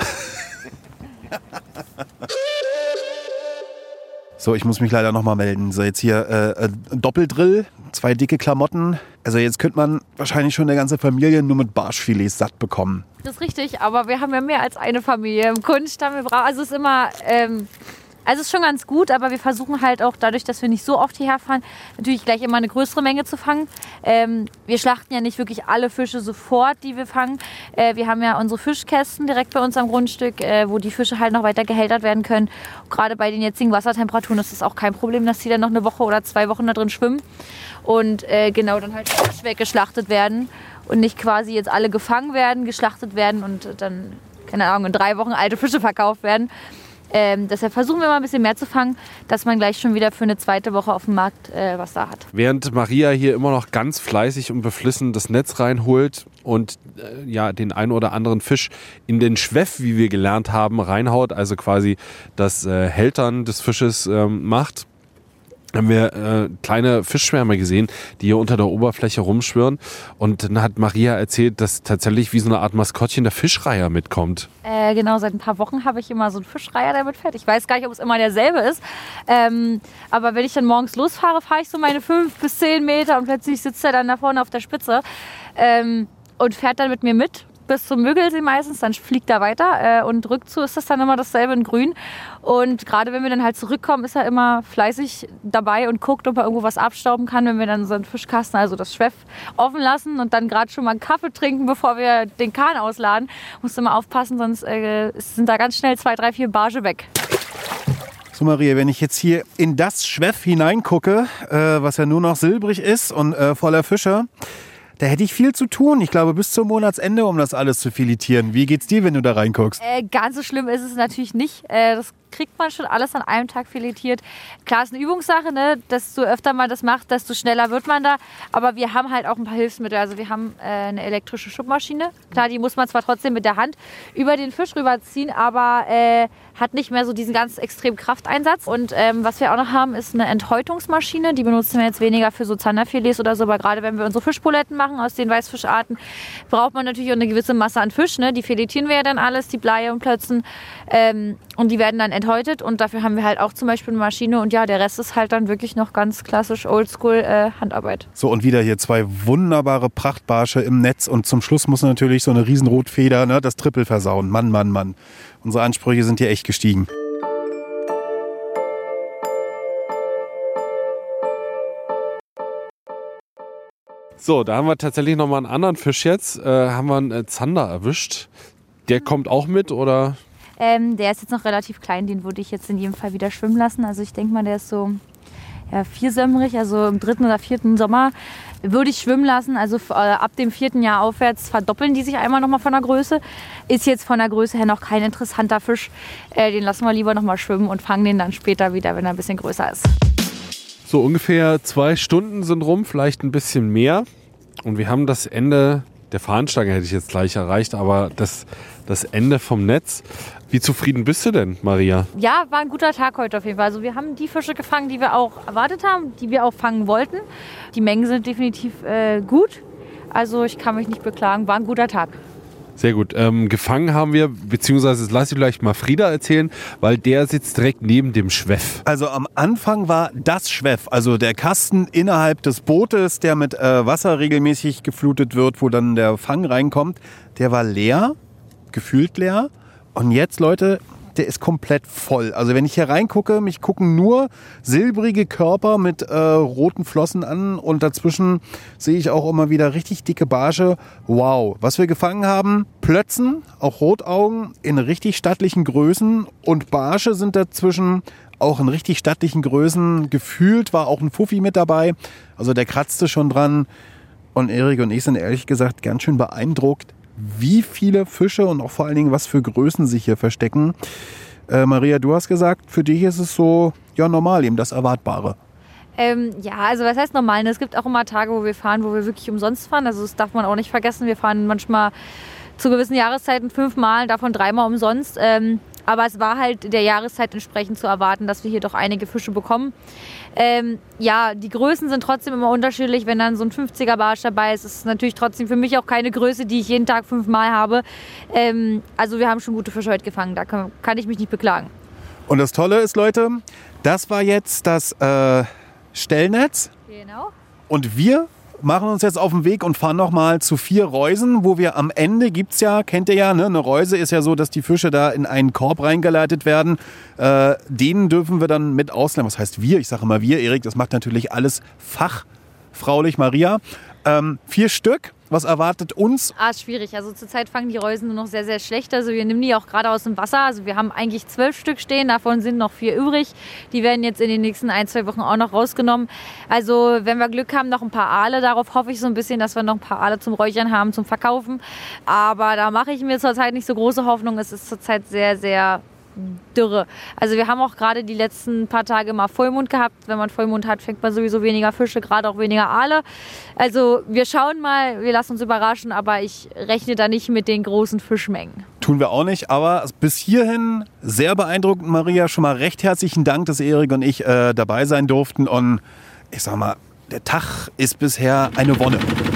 So, ich muss mich leider nochmal melden. So, jetzt hier Doppeldrill, 2 dicke Klamotten. Also jetzt könnte man wahrscheinlich schon eine ganze Familie nur mit Barschfilets satt bekommen. Das ist richtig, aber wir haben ja mehr als eine Familie im Kunststamm. Also es ist immer, also es ist schon ganz gut, aber wir versuchen halt auch dadurch, dass wir nicht so oft hierher fahren, natürlich gleich immer eine größere Menge zu fangen. Wir schlachten ja nicht wirklich alle Fische sofort, die wir fangen. Wir haben ja unsere Fischkästen direkt bei uns am Grundstück, wo die Fische halt noch weiter gehältert werden können. Und gerade bei den jetzigen Wassertemperaturen ist das auch kein Problem, dass die dann noch eine Woche oder 2 Wochen da drin schwimmen und genau dann halt frisch weggeschlachtet werden und nicht quasi jetzt alle gefangen werden, geschlachtet werden und dann, keine Ahnung, in 3 Wochen alte Fische verkauft werden. Deshalb versuchen wir mal ein bisschen mehr zu fangen, dass man gleich schon wieder für eine zweite Woche auf dem Markt was da hat. Während Maria hier immer noch ganz fleißig und beflissen das Netz reinholt und ja den einen oder anderen Fisch in den Schweff, wie wir gelernt haben, reinhaut, also quasi das Hältern des Fisches macht, haben wir kleine Fischschwärme gesehen, die hier unter der Oberfläche rumschwirren. Und dann hat Maria erzählt, dass tatsächlich wie so eine Art Maskottchen der Fischreiher mitkommt. Genau, seit ein paar Wochen habe ich immer so einen Fischreiher, der mitfährt. Ich weiß gar nicht, ob es immer derselbe ist. Aber wenn ich dann morgens losfahre, fahre ich so meine 5 bis 10 Meter und plötzlich sitzt er dann da vorne auf der Spitze und fährt dann mit mir mit. Bis zum Müggelsee meistens, dann fliegt er weiter und rückzu ist das dann immer dasselbe in grün. Und gerade wenn wir dann halt zurückkommen, ist er immer fleißig dabei und guckt, ob er irgendwo was abstauben kann, wenn wir dann so einen Fischkasten, also das Schweff, offen lassen und dann gerade schon mal einen Kaffee trinken, bevor wir den Kahn ausladen. Musst du mal aufpassen, sonst sind da ganz schnell 2, 3, 4 Barsche weg. So Maria, wenn ich jetzt hier in das Schweff hineingucke, was ja nur noch silbrig ist und voller Fische, da hätte ich viel zu tun. Ich glaube, bis zum Monatsende, um das alles zu filetieren. Wie geht's dir, wenn du da reinguckst? Ganz so schlimm ist es natürlich nicht. Das kriegt man schon alles an einem Tag filetiert. Klar, ist eine Übungssache, ne? Desto öfter man das macht, desto schneller wird man da. Aber wir haben halt auch ein paar Hilfsmittel. Also wir haben eine elektrische Schubmaschine. Klar, die muss man zwar trotzdem mit der Hand über den Fisch rüberziehen, aber hat nicht mehr so diesen ganz extremen Krafteinsatz. Und was wir auch noch haben, ist eine Enthäutungsmaschine. Die benutzen wir jetzt weniger für so Zanderfilets oder so. Aber gerade wenn wir unsere Fischpoletten machen aus den Weißfischarten, braucht man natürlich auch eine gewisse Masse an Fisch. Ne? Die filetieren wir ja dann alles, die Bleie und Plötzen. Und die werden dann enthäutet. Und dafür haben wir halt auch zum Beispiel eine Maschine. Und ja, der Rest ist halt dann wirklich noch ganz klassisch Oldschool Handarbeit. So, und wieder hier 2 wunderbare Prachtbarsche im Netz. Und zum Schluss muss natürlich so eine Riesenrotfeder, ne, das Trippel versauen. Mann, Mann, Mann. Unsere Ansprüche sind hier echt gestiegen. So, da haben wir tatsächlich nochmal einen anderen Fisch jetzt. Haben wir einen Zander erwischt. Der kommt auch mit, oder? Der ist jetzt noch relativ klein. Den würde ich jetzt in jedem Fall wieder schwimmen lassen. Also ich denke mal, der ist so 4-sömmerig. Also im 3. oder 4. Sommer würde ich schwimmen lassen. Also ab dem 4. Jahr aufwärts verdoppeln die sich einmal nochmal von der Größe. Ist jetzt von der Größe her noch kein interessanter Fisch. Den lassen wir lieber nochmal schwimmen und fangen den dann später wieder, wenn er ein bisschen größer ist. So ungefähr 2 Stunden sind rum, vielleicht ein bisschen mehr. Und wir haben das Ende der Fahnenstange, hätte ich jetzt gleich erreicht, aber das Ende vom Netz. Wie zufrieden bist du denn, Maria? Ja, war ein guter Tag heute auf jeden Fall. Also wir haben die Fische gefangen, die wir auch erwartet haben, die wir auch fangen wollten. Die Mengen sind definitiv gut. Also ich kann mich nicht beklagen, war ein guter Tag. Sehr gut. Gefangen haben wir, beziehungsweise das lasse ich vielleicht mal Frieda erzählen, weil der sitzt direkt neben dem Schweff. Also am Anfang war das Schweff, also der Kasten innerhalb des Bootes, der mit Wasser regelmäßig geflutet wird, wo dann der Fang reinkommt, der war leer, gefühlt leer. Und jetzt, Leute, der ist komplett voll. Also wenn ich hier reingucke, mich gucken nur silbrige Körper mit roten Flossen an und dazwischen sehe ich auch immer wieder richtig dicke Barsche. Wow, was wir gefangen haben, Plötzen, auch Rotaugen in richtig stattlichen Größen und Barsche sind dazwischen auch in richtig stattlichen Größen. Gefühlt war auch ein Fuffi mit dabei, also der kratzte schon dran. Und Erik und ich sind ehrlich gesagt ganz schön beeindruckt, wie viele Fische und auch vor allen Dingen was für Größen sich hier verstecken. Maria, du hast gesagt, für dich ist es so ja normal, eben das Erwartbare. Ja, also was heißt normal? Es gibt auch immer Tage, wo wir fahren, wo wir wirklich umsonst fahren. Also das darf man auch nicht vergessen. Wir fahren manchmal zu gewissen Jahreszeiten 5-mal, davon 3-mal umsonst. Aber es war halt der Jahreszeit entsprechend zu erwarten, dass wir hier doch einige Fische bekommen. Ja, die Größen sind trotzdem immer unterschiedlich. Wenn dann so ein 50er Barsch dabei ist, ist es natürlich trotzdem für mich auch keine Größe, die ich jeden Tag 5-mal habe. Also wir haben schon gute Fische heute gefangen, da kann ich mich nicht beklagen. Und das Tolle ist, Leute, das war jetzt das Stellnetz. Genau. Und wir machen uns jetzt auf den Weg und fahren nochmal zu 4 Reusen, wo wir am Ende gibt's ja, kennt ihr ja, ne? Eine Reuse ist ja so, dass die Fische da in einen Korb reingeleitet werden. Denen dürfen wir dann mit ausleihen. Was heißt wir? Ich sage immer wir, Erik, das macht natürlich alles fachfraulich, Maria. 4 Stück. Was erwartet uns? Ist schwierig. Also zurzeit fangen die Reusen nur noch sehr, sehr schlecht. Also wir nehmen die auch gerade aus dem Wasser. Also wir haben eigentlich 12 Stück stehen, davon sind noch 4 übrig. Die werden jetzt in den nächsten 1-2 Wochen auch noch rausgenommen. Also wenn wir Glück haben, noch ein paar Aale. Darauf hoffe ich so ein bisschen, dass wir noch ein paar Aale zum Räuchern haben, zum Verkaufen. Aber da mache ich mir zurzeit nicht so große Hoffnung. Es ist zurzeit sehr, sehr Dürre. Also wir haben auch gerade die letzten paar Tage mal Vollmond gehabt. Wenn man Vollmond hat, fängt man sowieso weniger Fische, gerade auch weniger Aale. Also wir schauen mal, wir lassen uns überraschen, aber ich rechne da nicht mit den großen Fischmengen. Tun wir auch nicht, aber bis hierhin sehr beeindruckend, Maria. Schon mal recht herzlichen Dank, dass Erik und ich dabei sein durften. Und ich sag mal, der Tag ist bisher eine Wonne.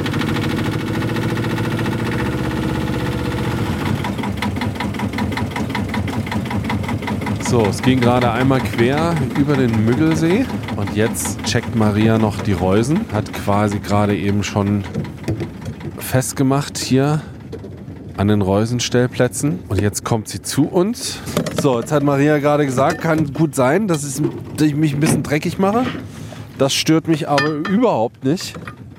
So, es ging gerade einmal quer über den Müggelsee und jetzt checkt Maria noch die Reusen. Hat quasi gerade eben schon festgemacht hier an den Reusenstellplätzen. Und jetzt kommt sie zu uns. So, jetzt hat Maria gerade gesagt, kann gut sein, dass ich mich ein bisschen dreckig mache. Das stört mich aber überhaupt nicht.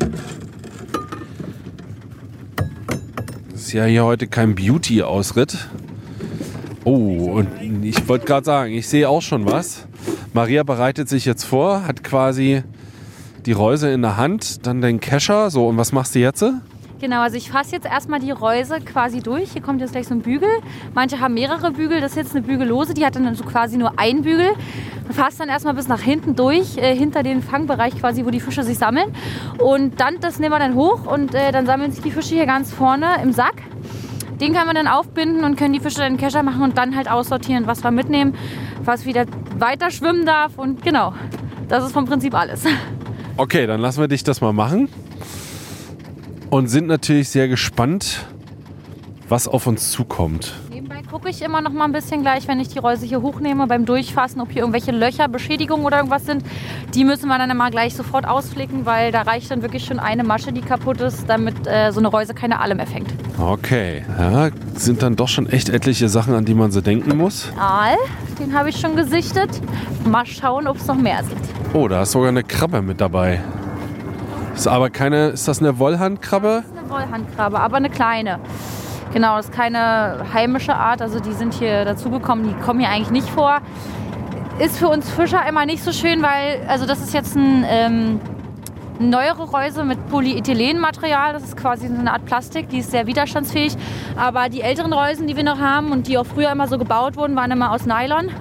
Das ist ja hier heute kein Beauty-Ausritt. Oh, und ich wollte gerade sagen, ich sehe auch schon was. Maria bereitet sich jetzt vor, hat quasi die Reuse in der Hand, dann den Kescher. So, und was machst du jetzt? Genau, also ich fasse jetzt erstmal die Reuse quasi durch. Hier kommt jetzt gleich so ein Bügel. Manche haben mehrere Bügel. Das ist jetzt eine Bügellose, die hat dann so quasi nur einen Bügel. Man fasst dann erstmal bis nach hinten durch, hinter den Fangbereich quasi, wo die Fische sich sammeln. Und dann, das nehmen wir dann hoch und dann sammeln sich die Fische hier ganz vorne im Sack. Den kann man dann aufbinden und können die Fische dann in den Kescher machen und dann halt aussortieren, was wir mitnehmen, was wieder weiter schwimmen darf. Und genau, das ist vom Prinzip alles. Okay, dann lassen wir dich das mal machen. Und sind natürlich sehr gespannt, was auf uns zukommt. Nebenbei gucke ich immer noch mal ein bisschen gleich, wenn ich die Reuse hier hochnehme, beim Durchfassen, ob hier irgendwelche Löcher, Beschädigungen oder irgendwas sind. Die müssen wir dann immer gleich sofort ausflicken, weil da reicht dann wirklich schon eine Masche, die kaputt ist, damit so eine Reuse keine Aale mehr fängt. Okay, ja, sind dann doch schon echt etliche Sachen, an die man so denken muss. Aal, den habe ich schon gesichtet. Mal schauen, ob es noch mehr sind. Oh, da ist sogar eine Krabbe mit dabei. Ist aber keine, ist das eine Wollhandkrabbe? Das ist eine Wollhandkrabbe, aber eine kleine. Genau, das ist keine heimische Art, also die sind hier dazugekommen, die kommen hier eigentlich nicht vor. Ist für uns Fischer immer nicht so schön, weil, also das ist jetzt eine neuere Reuse mit Polyethylenmaterial, das ist quasi eine Art Plastik, die ist sehr widerstandsfähig. Aber die älteren Reusen, die wir noch haben und die auch früher immer so gebaut wurden, waren immer aus Nylon.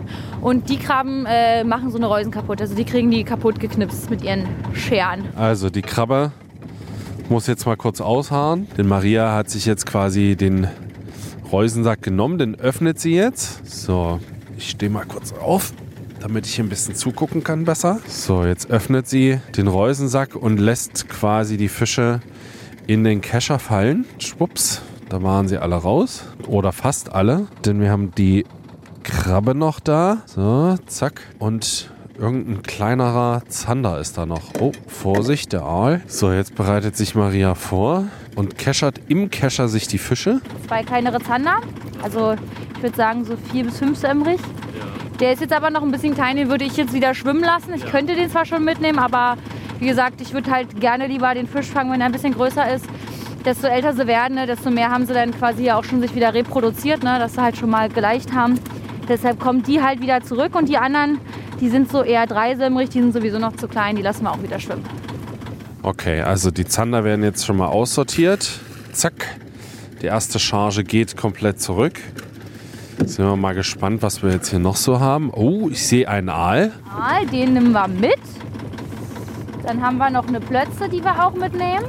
Und die Krabben machen so eine Reusen kaputt. Also die kriegen die kaputt geknipst mit ihren Scheren. Also die Krabbe muss jetzt mal kurz ausharren. Denn Maria hat sich jetzt quasi den Reusensack genommen. Den öffnet sie jetzt. So, ich stehe mal kurz auf, damit ich hier ein bisschen zugucken kann besser. So, jetzt öffnet sie den Reusensack und lässt quasi die Fische in den Kescher fallen. Schwupps, da waren sie alle raus. Oder fast alle. Denn wir haben die Krabbe noch da. So, zack. Und irgendein kleinerer Zander ist da noch. Oh, Vorsicht, der Aal. So, jetzt bereitet sich Maria vor und keschert im Kescher sich die Fische. 2 kleinere Zander. Also ich würde sagen so 4 bis 5 Semrich. Der ist jetzt aber noch ein bisschen klein, den würde ich jetzt wieder schwimmen lassen. Ich könnte den zwar schon mitnehmen, aber wie gesagt, ich würde halt gerne lieber den Fisch fangen, wenn er ein bisschen größer ist. Desto älter sie werden, ne, desto mehr haben sie dann quasi ja auch schon sich wieder reproduziert, ne, dass sie halt schon mal geleicht haben. Deshalb kommen die halt wieder zurück und die anderen, die sind so eher 3 Semrich, die sind sowieso noch zu klein, die lassen wir auch wieder schwimmen. Okay, also die Zander werden jetzt schon mal aussortiert. Zack, die erste Charge geht komplett zurück. Sind wir mal gespannt, was wir jetzt hier noch so haben. Oh, ich sehe einen Aal. Aal, den nehmen wir mit. Dann haben wir noch eine Plötze, die wir auch mitnehmen.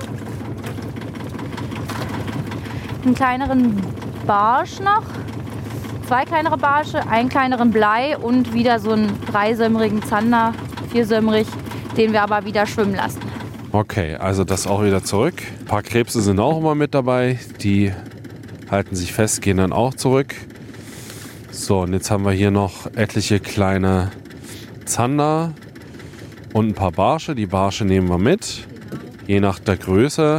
Einen kleineren Barsch noch. 2 kleinere Barsche, einen kleineren Blei und wieder so einen 3-sömmrigen Zander, 4-sömmrig, den wir aber wieder schwimmen lassen. Okay, also das auch wieder zurück. Ein paar Krebse sind auch immer mit dabei. Die halten sich fest, gehen dann auch zurück. So, und jetzt haben wir hier noch etliche kleine Zander und ein paar Barsche. Die Barsche nehmen wir mit, je nach der Größe.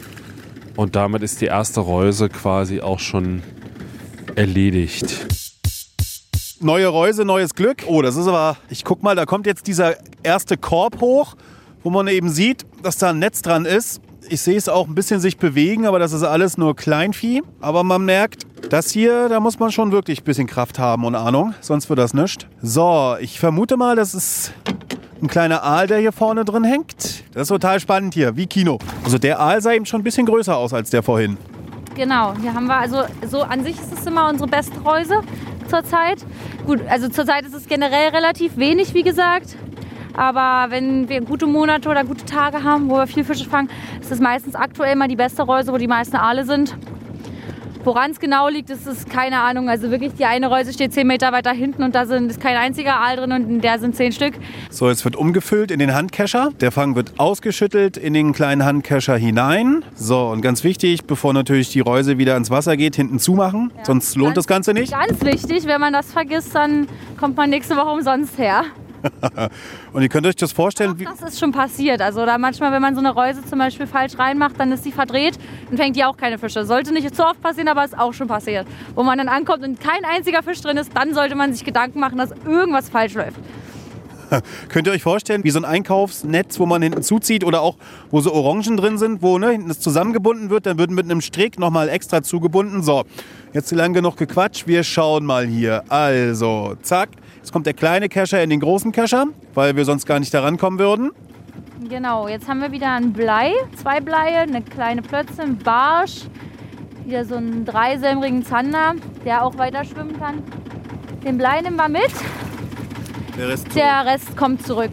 Und damit ist die erste Reuse quasi auch schon erledigt. Neue Reuse, neues Glück. Oh, das ist aber... Ich guck mal, da kommt jetzt dieser erste Korb hoch, wo man eben sieht, dass da ein Netz dran ist. Ich sehe es auch ein bisschen sich bewegen, aber das ist alles nur Kleinvieh. Aber man merkt, das hier, da muss man schon wirklich ein bisschen Kraft haben und Ahnung, sonst wird das nichts. So, ich vermute mal, das ist ein kleiner Aal, der hier vorne drin hängt. Das ist total spannend hier, wie Kino. Also der Aal sah eben schon ein bisschen größer aus als der vorhin. Genau, hier haben wir also, so an sich ist es immer unsere beste Reuse zurzeit. Gut, also zurzeit ist es generell relativ wenig, wie gesagt. Aber wenn wir gute Monate oder gute Tage haben, wo wir viel Fische fangen, ist es meistens aktuell mal die beste Reuse, wo die meisten Aale sind. Woran es genau liegt, ist keine Ahnung. Also wirklich, die eine Reuse steht 10 Meter weiter hinten und da ist kein einziger Aal drin und in der sind 10 Stück. So, jetzt wird umgefüllt in den Handkescher. Der Fang wird ausgeschüttelt in den kleinen Handkescher hinein. So, und ganz wichtig, bevor natürlich die Reuse wieder ins Wasser geht, hinten zumachen. Ja. Sonst lohnt das Ganze nicht. Ganz wichtig, wenn man das vergisst, dann kommt man nächste Woche umsonst her. Und ihr könnt euch das vorstellen, wie... Das ist schon passiert. Also da manchmal, wenn man so eine Reuse zum Beispiel falsch reinmacht, dann ist die verdreht und fängt die auch keine Fische. Sollte nicht zu oft passieren, aber ist auch schon passiert. Wo man dann ankommt und kein einziger Fisch drin ist, dann sollte man sich Gedanken machen, dass irgendwas falsch läuft. Könnt ihr euch vorstellen, wie so ein Einkaufsnetz, wo man hinten zuzieht oder auch, wo so Orangen drin sind, wo hinten das zusammengebunden wird, dann wird mit einem Strick nochmal extra zugebunden. So, jetzt lang genug gequatscht, wir schauen mal hier. Also, zack, jetzt kommt der kleine Kescher in den großen Kescher, weil wir sonst gar nicht da rankommen würden. Genau, jetzt haben wir wieder ein Blei, 2 Bleie, eine kleine Plötze, ein Barsch, wieder so einen 3-sämmrigen Zander, der auch weiter schwimmen kann. Den Blei nehmen wir mit. Der Rest kommt zurück.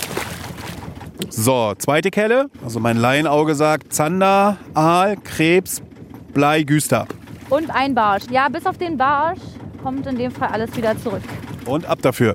So, zweite Kelle. Also mein Laienauge sagt Zander, Aal, Krebs, Blei, Güster. Und ein Barsch. Ja, bis auf den Barsch kommt in dem Fall alles wieder zurück. Und ab dafür.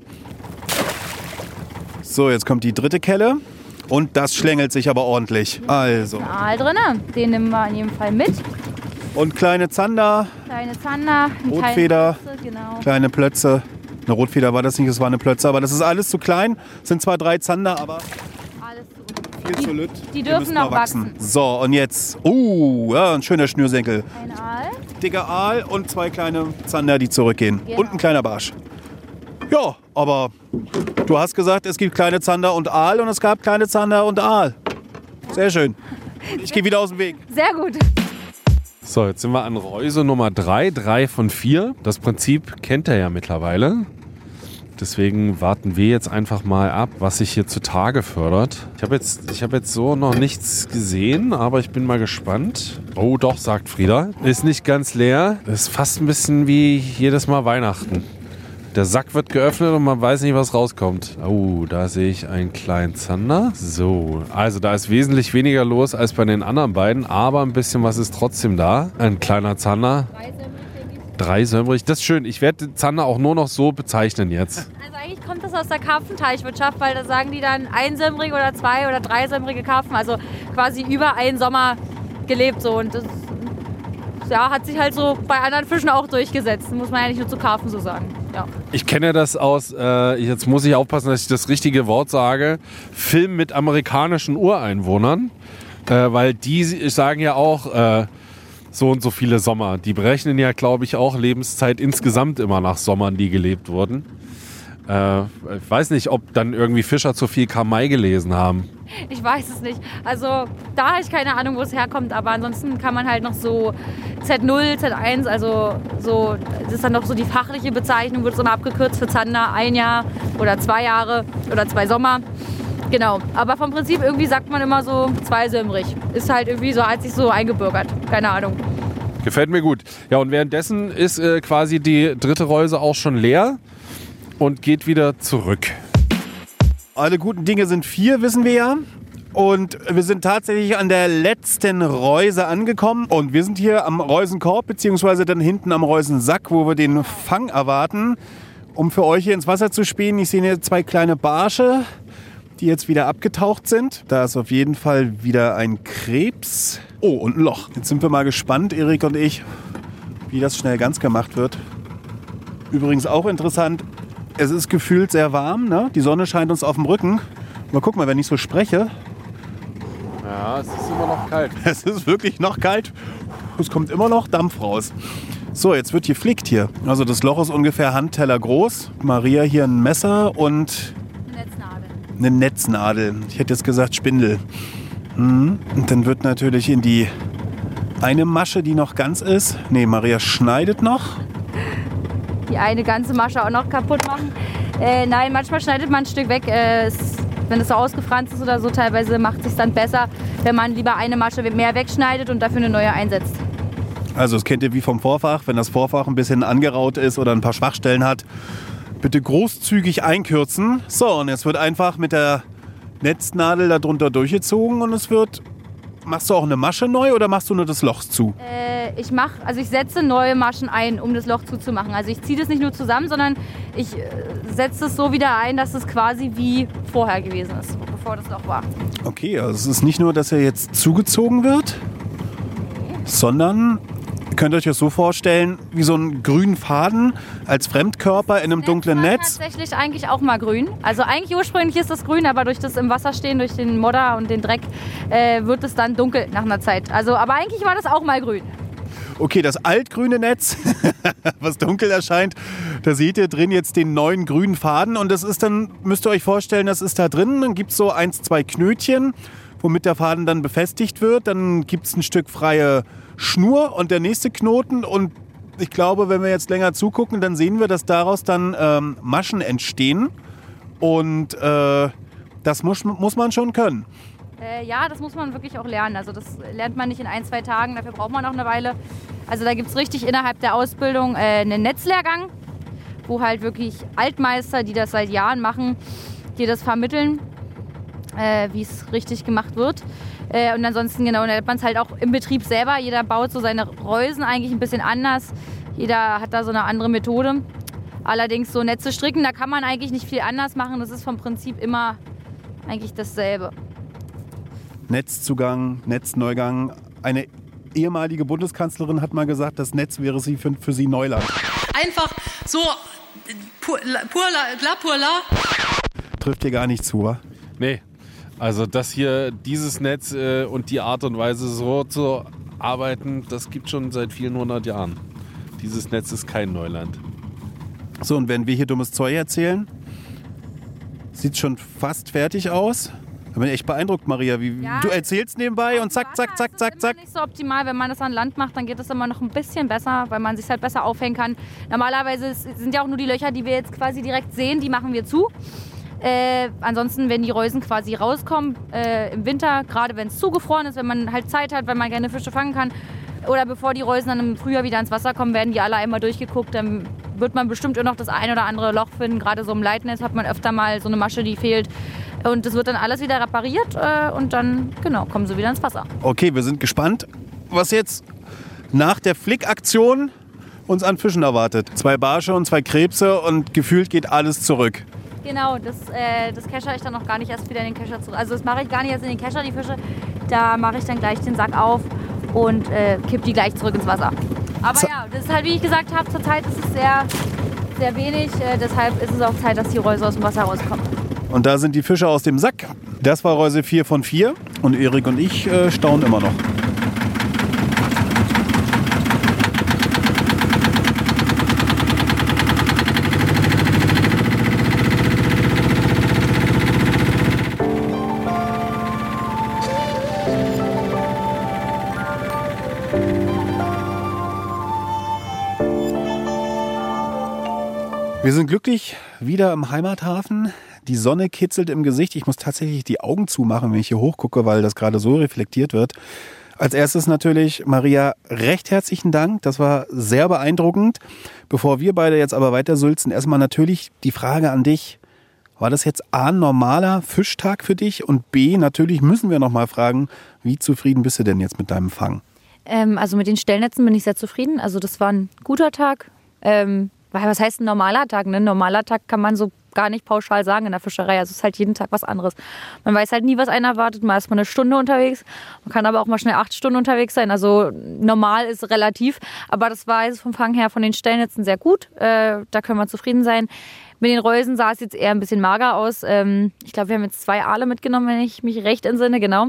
So, jetzt kommt die dritte Kelle. Und das schlängelt sich aber ordentlich. Also. Ein Aal drin. Den nehmen wir in jedem Fall mit. Und kleine Zander. Kleine Zander. Rotfeder. Plötze, genau. Kleine Plötze. Eine Rotfeder war das nicht, es war eine Plötze. Aber das ist alles zu klein. Es sind zwar 3 Zander, aber alles viel zu lütt. Die dürfen noch wachsen. So, und jetzt, ja, ein schöner Schnürsenkel. Ein Aal. Dicker Aal und 2 kleine Zander, die zurückgehen. Genau. Und ein kleiner Barsch. Ja, aber du hast gesagt, es gibt kleine Zander und Aal und es gab kleine Zander und Aal. Sehr schön. Ich gehe wieder aus dem Weg. Sehr gut. So, jetzt sind wir an Reuse Nummer 3, 3 von 4. Das Prinzip kennt er ja mittlerweile. Deswegen warten wir jetzt einfach mal ab, was sich hier zutage fördert. Ich habe jetzt so noch nichts gesehen, aber ich bin mal gespannt. Oh doch, sagt Frieda. Ist nicht ganz leer. Ist fast ein bisschen wie jedes Mal Weihnachten. Der Sack wird geöffnet und man weiß nicht, was rauskommt. Oh, da sehe ich einen kleinen Zander. So, also da ist wesentlich weniger los als bei den anderen beiden, aber ein bisschen was ist trotzdem da. Ein kleiner Zander. 3 Sömmerich, das ist schön. Ich werde den Zander auch nur noch so bezeichnen jetzt. Also eigentlich kommt das aus der Karpfenteichwirtschaft, weil da sagen die dann 1 Sömmerich oder 2 oder 3 sömmerige Karpfen, also quasi über einen Sommer gelebt so. Und das hat sich halt so bei anderen Fischen auch durchgesetzt. Das muss man ja nicht nur zu Karpfen so sagen. Ja. Ich kenne das aus, jetzt muss ich aufpassen, dass ich das richtige Wort sage, Film mit amerikanischen Ureinwohnern, weil die sagen ja auch so und so viele Sommer. Die berechnen ja, glaube ich, auch Lebenszeit insgesamt immer nach Sommern, die gelebt wurden. Ich weiß nicht, ob dann irgendwie Fischer zu viel Karl-May gelesen haben. Ich weiß es nicht. Also da habe ich keine Ahnung, wo es herkommt, aber ansonsten kann man halt noch so Z0, Z1, also so, das ist dann noch so die fachliche Bezeichnung, wird es immer abgekürzt für Zander, 1 Jahr oder 2 Jahre oder 2 Sommer. Genau, aber vom Prinzip irgendwie sagt man immer so 2 Sömmerich. Ist halt irgendwie so, hat sich so eingebürgert. Keine Ahnung. Gefällt mir gut. Ja, und währenddessen ist quasi die dritte Reuse auch schon leer und geht wieder zurück. Alle guten Dinge sind 4, wissen wir ja. Und wir sind tatsächlich an der letzten Reuse angekommen. Und wir sind hier am Reusenkorb, beziehungsweise dann hinten am Reusensack, wo wir den Fang erwarten, um für euch hier ins Wasser zu spähen. Ich sehe hier 2 kleine Barsche, die jetzt wieder abgetaucht sind. Da ist auf jeden Fall wieder ein Krebs. Oh, und ein Loch. Jetzt sind wir mal gespannt, Erik und ich, wie das schnell ganz gemacht wird. Übrigens auch interessant, es ist gefühlt sehr warm, ne? Die Sonne scheint uns auf dem Rücken. Mal gucken, wenn ich so spreche. Ja, es ist immer noch kalt. Es ist wirklich noch kalt. Es kommt immer noch Dampf raus. So, jetzt wird geflickt hier. Also das Loch ist ungefähr Handteller groß. Maria hier ein Messer und eine Netznadel. Ich hätte jetzt gesagt Spindel. Und dann wird natürlich in die eine Masche, die noch ganz ist. Nee, Maria schneidet noch. Die eine ganze Masche auch noch kaputt machen. Nein, manchmal schneidet man ein Stück weg. Wenn es so ausgefranst ist oder so, teilweise macht es sich dann besser, wenn man lieber eine Masche mehr wegschneidet und dafür eine neue einsetzt. Also das kennt ihr wie vom Vorfach. Wenn das Vorfach ein bisschen angeraut ist oder ein paar Schwachstellen hat, bitte großzügig einkürzen. So, und jetzt wird einfach mit der Netznadel darunter durchgezogen und es wird... Machst du auch eine Masche neu oder machst du nur das Loch zu? Ich setze neue Maschen ein, um das Loch zuzumachen. Also ich ziehe das nicht nur zusammen, sondern ich setze es so wieder ein, dass es quasi wie vorher gewesen ist, bevor das Loch war. Okay, also es ist nicht nur, dass er jetzt zugezogen wird, sondern... Ihr könnt euch das so vorstellen, wie so einen grünen Faden als Fremdkörper in einem dunklen Netz. Tatsächlich eigentlich auch mal grün. Also eigentlich ursprünglich ist das grün, aber durch das im Wasser stehen, durch den Modder und den Dreck, wird es dann dunkel nach einer Zeit. Also, aber eigentlich war das auch mal grün. Okay, das altgrüne Netz, was dunkel erscheint, da seht ihr drin jetzt den neuen grünen Faden. Und das ist dann, müsst ihr euch vorstellen, das ist da drin. Dann gibt es so 1, 2 Knötchen, womit der Faden dann befestigt wird. Dann gibt es ein Stück freie Schnur und der nächste Knoten. Und ich glaube, wenn wir jetzt länger zugucken, dann sehen wir, dass daraus dann Maschen entstehen. Und das muss man schon können. Ja, das muss man wirklich auch lernen. Also das lernt man nicht in 1, 2 Tagen, dafür braucht man auch eine Weile. Also da gibt es richtig innerhalb der Ausbildung einen Netzlehrgang, wo halt wirklich Altmeister, die das seit Jahren machen, dir das vermitteln, wie es richtig gemacht wird. Und ansonsten genau, lernt man es halt auch im Betrieb selber. Jeder baut so seine Reusen eigentlich ein bisschen anders. Jeder hat da so eine andere Methode. Allerdings so Netze stricken, da kann man eigentlich nicht viel anders machen. Das ist vom Prinzip immer eigentlich dasselbe. Netzzugang, Netzneugang. Eine ehemalige Bundeskanzlerin hat mal gesagt, das Netz wäre für sie Neuland. Einfach so pur la. Trifft dir gar nicht zu, wa? Nee, also das hier, dieses Netz und die Art und Weise so zu arbeiten, das gibt schon seit vielen 100 Jahren. Dieses Netz ist kein Neuland. So, und wenn wir hier dummes Zeug erzählen, sieht schon fast fertig aus. Da bin ich echt beeindruckt, Maria. Ja, du erzählst nebenbei und zack, zack, zack, zack, zack. Das ist nicht so optimal. Wenn man das an Land macht, dann geht es immer noch ein bisschen besser, weil man sich halt besser aufhängen kann. Normalerweise sind ja auch nur die Löcher, die wir jetzt quasi direkt sehen, die machen wir zu. Ansonsten, wenn die Reusen quasi rauskommen im Winter, gerade wenn es zugefroren ist, wenn man halt Zeit hat, wenn man gerne Fische fangen kann, oder bevor die Reusen dann im Frühjahr wieder ins Wasser kommen, werden die alle einmal durchgeguckt, dann wird man bestimmt noch das ein oder andere Loch finden. Gerade so im Leitnetz hat man öfter mal so eine Masche, die fehlt. Und das wird dann alles wieder repariert und dann kommen sie wieder ins Wasser. Okay, wir sind gespannt, was jetzt nach der Flickaktion uns an Fischen erwartet. 2 Barsche und 2 Krebse und gefühlt geht alles zurück. Genau, das kescher ich dann noch gar nicht erst wieder in den Kescher zurück. Also das mache ich gar nicht erst in den Kescher, die Fische. Da mache ich dann gleich den Sack auf und kipp die gleich zurück ins Wasser. Aber ja, das ist halt, wie ich gesagt habe, zurzeit ist es sehr, sehr wenig. Deshalb ist es auch Zeit, dass die Reuse aus dem Wasser rauskommen. Und da sind die Fische aus dem Sack. Das war Reuse 4 von 4 und Erik und ich staunen immer noch. Wir sind glücklich wieder im Heimathafen. Die Sonne kitzelt im Gesicht. Ich muss tatsächlich die Augen zumachen, wenn ich hier hochgucke, weil das gerade so reflektiert wird. Als erstes natürlich, Maria, recht herzlichen Dank. Das war sehr beeindruckend. Bevor wir beide jetzt aber weiter sülzen, erstmal natürlich die Frage an dich. War das jetzt A, ein normaler Fischtag für dich? Und B, natürlich müssen wir noch mal fragen, wie zufrieden bist du denn jetzt mit deinem Fang? Also mit den Stellnetzen bin ich sehr zufrieden. Also das war ein guter Tag. Was heißt ein normaler Tag? Ein normaler Tag kann man so gar nicht pauschal sagen in der Fischerei. Also es ist halt jeden Tag was anderes. Man weiß halt nie, was einen erwartet. Man ist mal eine Stunde unterwegs. Man kann aber auch mal schnell 8 Stunden unterwegs sein. Also normal ist relativ. Aber das war jetzt vom Fang her von den Stellnetzen sehr gut. Da können wir zufrieden sein. Mit den Reusen sah es jetzt eher ein bisschen mager aus. Ich glaube, wir haben jetzt 2 Aale mitgenommen, wenn ich mich recht entsinne. Genau.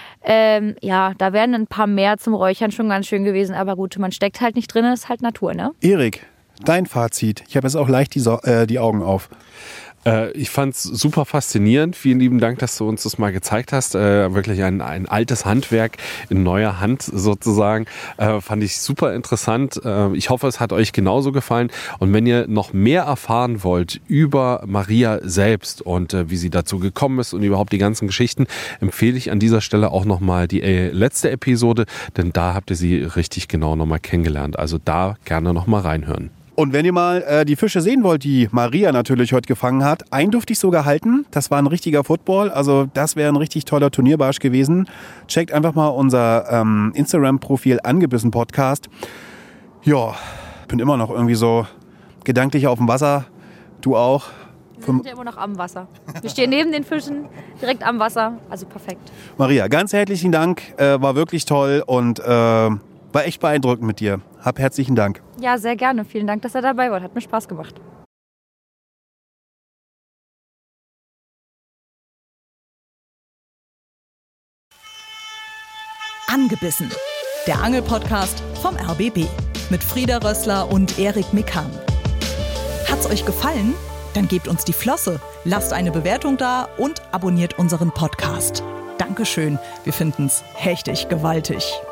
Ja, da wären ein paar mehr zum Räuchern schon ganz schön gewesen. Aber gut, man steckt halt nicht drin. Das ist halt Natur, ne? Erik, dein Fazit. Ich habe jetzt auch leicht die Augen auf. Ich fand es super faszinierend. Vielen lieben Dank, dass du uns das mal gezeigt hast. Wirklich ein altes Handwerk in neuer Hand sozusagen. Fand ich super interessant. Ich hoffe, es hat euch genauso gefallen. Und wenn ihr noch mehr erfahren wollt über Maria selbst und wie sie dazu gekommen ist und überhaupt die ganzen Geschichten, empfehle ich an dieser Stelle auch nochmal die letzte Episode, denn da habt ihr sie richtig genau nochmal kennengelernt. Also da gerne nochmal reinhören. Und wenn ihr mal die Fische sehen wollt, die Maria natürlich heute gefangen hat, einen durfte ich sogar halten. Das war ein richtiger Football. Also das wäre ein richtig toller Turnierbarsch gewesen. Checkt einfach mal unser Instagram-Profil Angebissen Podcast. Ja, bin immer noch irgendwie so gedanklich auf dem Wasser. Du auch? Wir sind ja immer noch am Wasser. Wir stehen neben den Fischen, direkt am Wasser. Also perfekt. Maria, ganz herzlichen Dank. War wirklich toll und war echt beeindruckend mit dir. Hab herzlichen Dank. Ja, sehr gerne. Vielen Dank, dass ihr dabei wart. Hat mir Spaß gemacht. Angebissen. Der Angelpodcast vom RBB. Mit Frieda Rössler und Erik Mikan. Hat's euch gefallen? Dann gebt uns die Flosse, lasst eine Bewertung da und abonniert unseren Podcast. Dankeschön. Wir finden's hechtig gewaltig.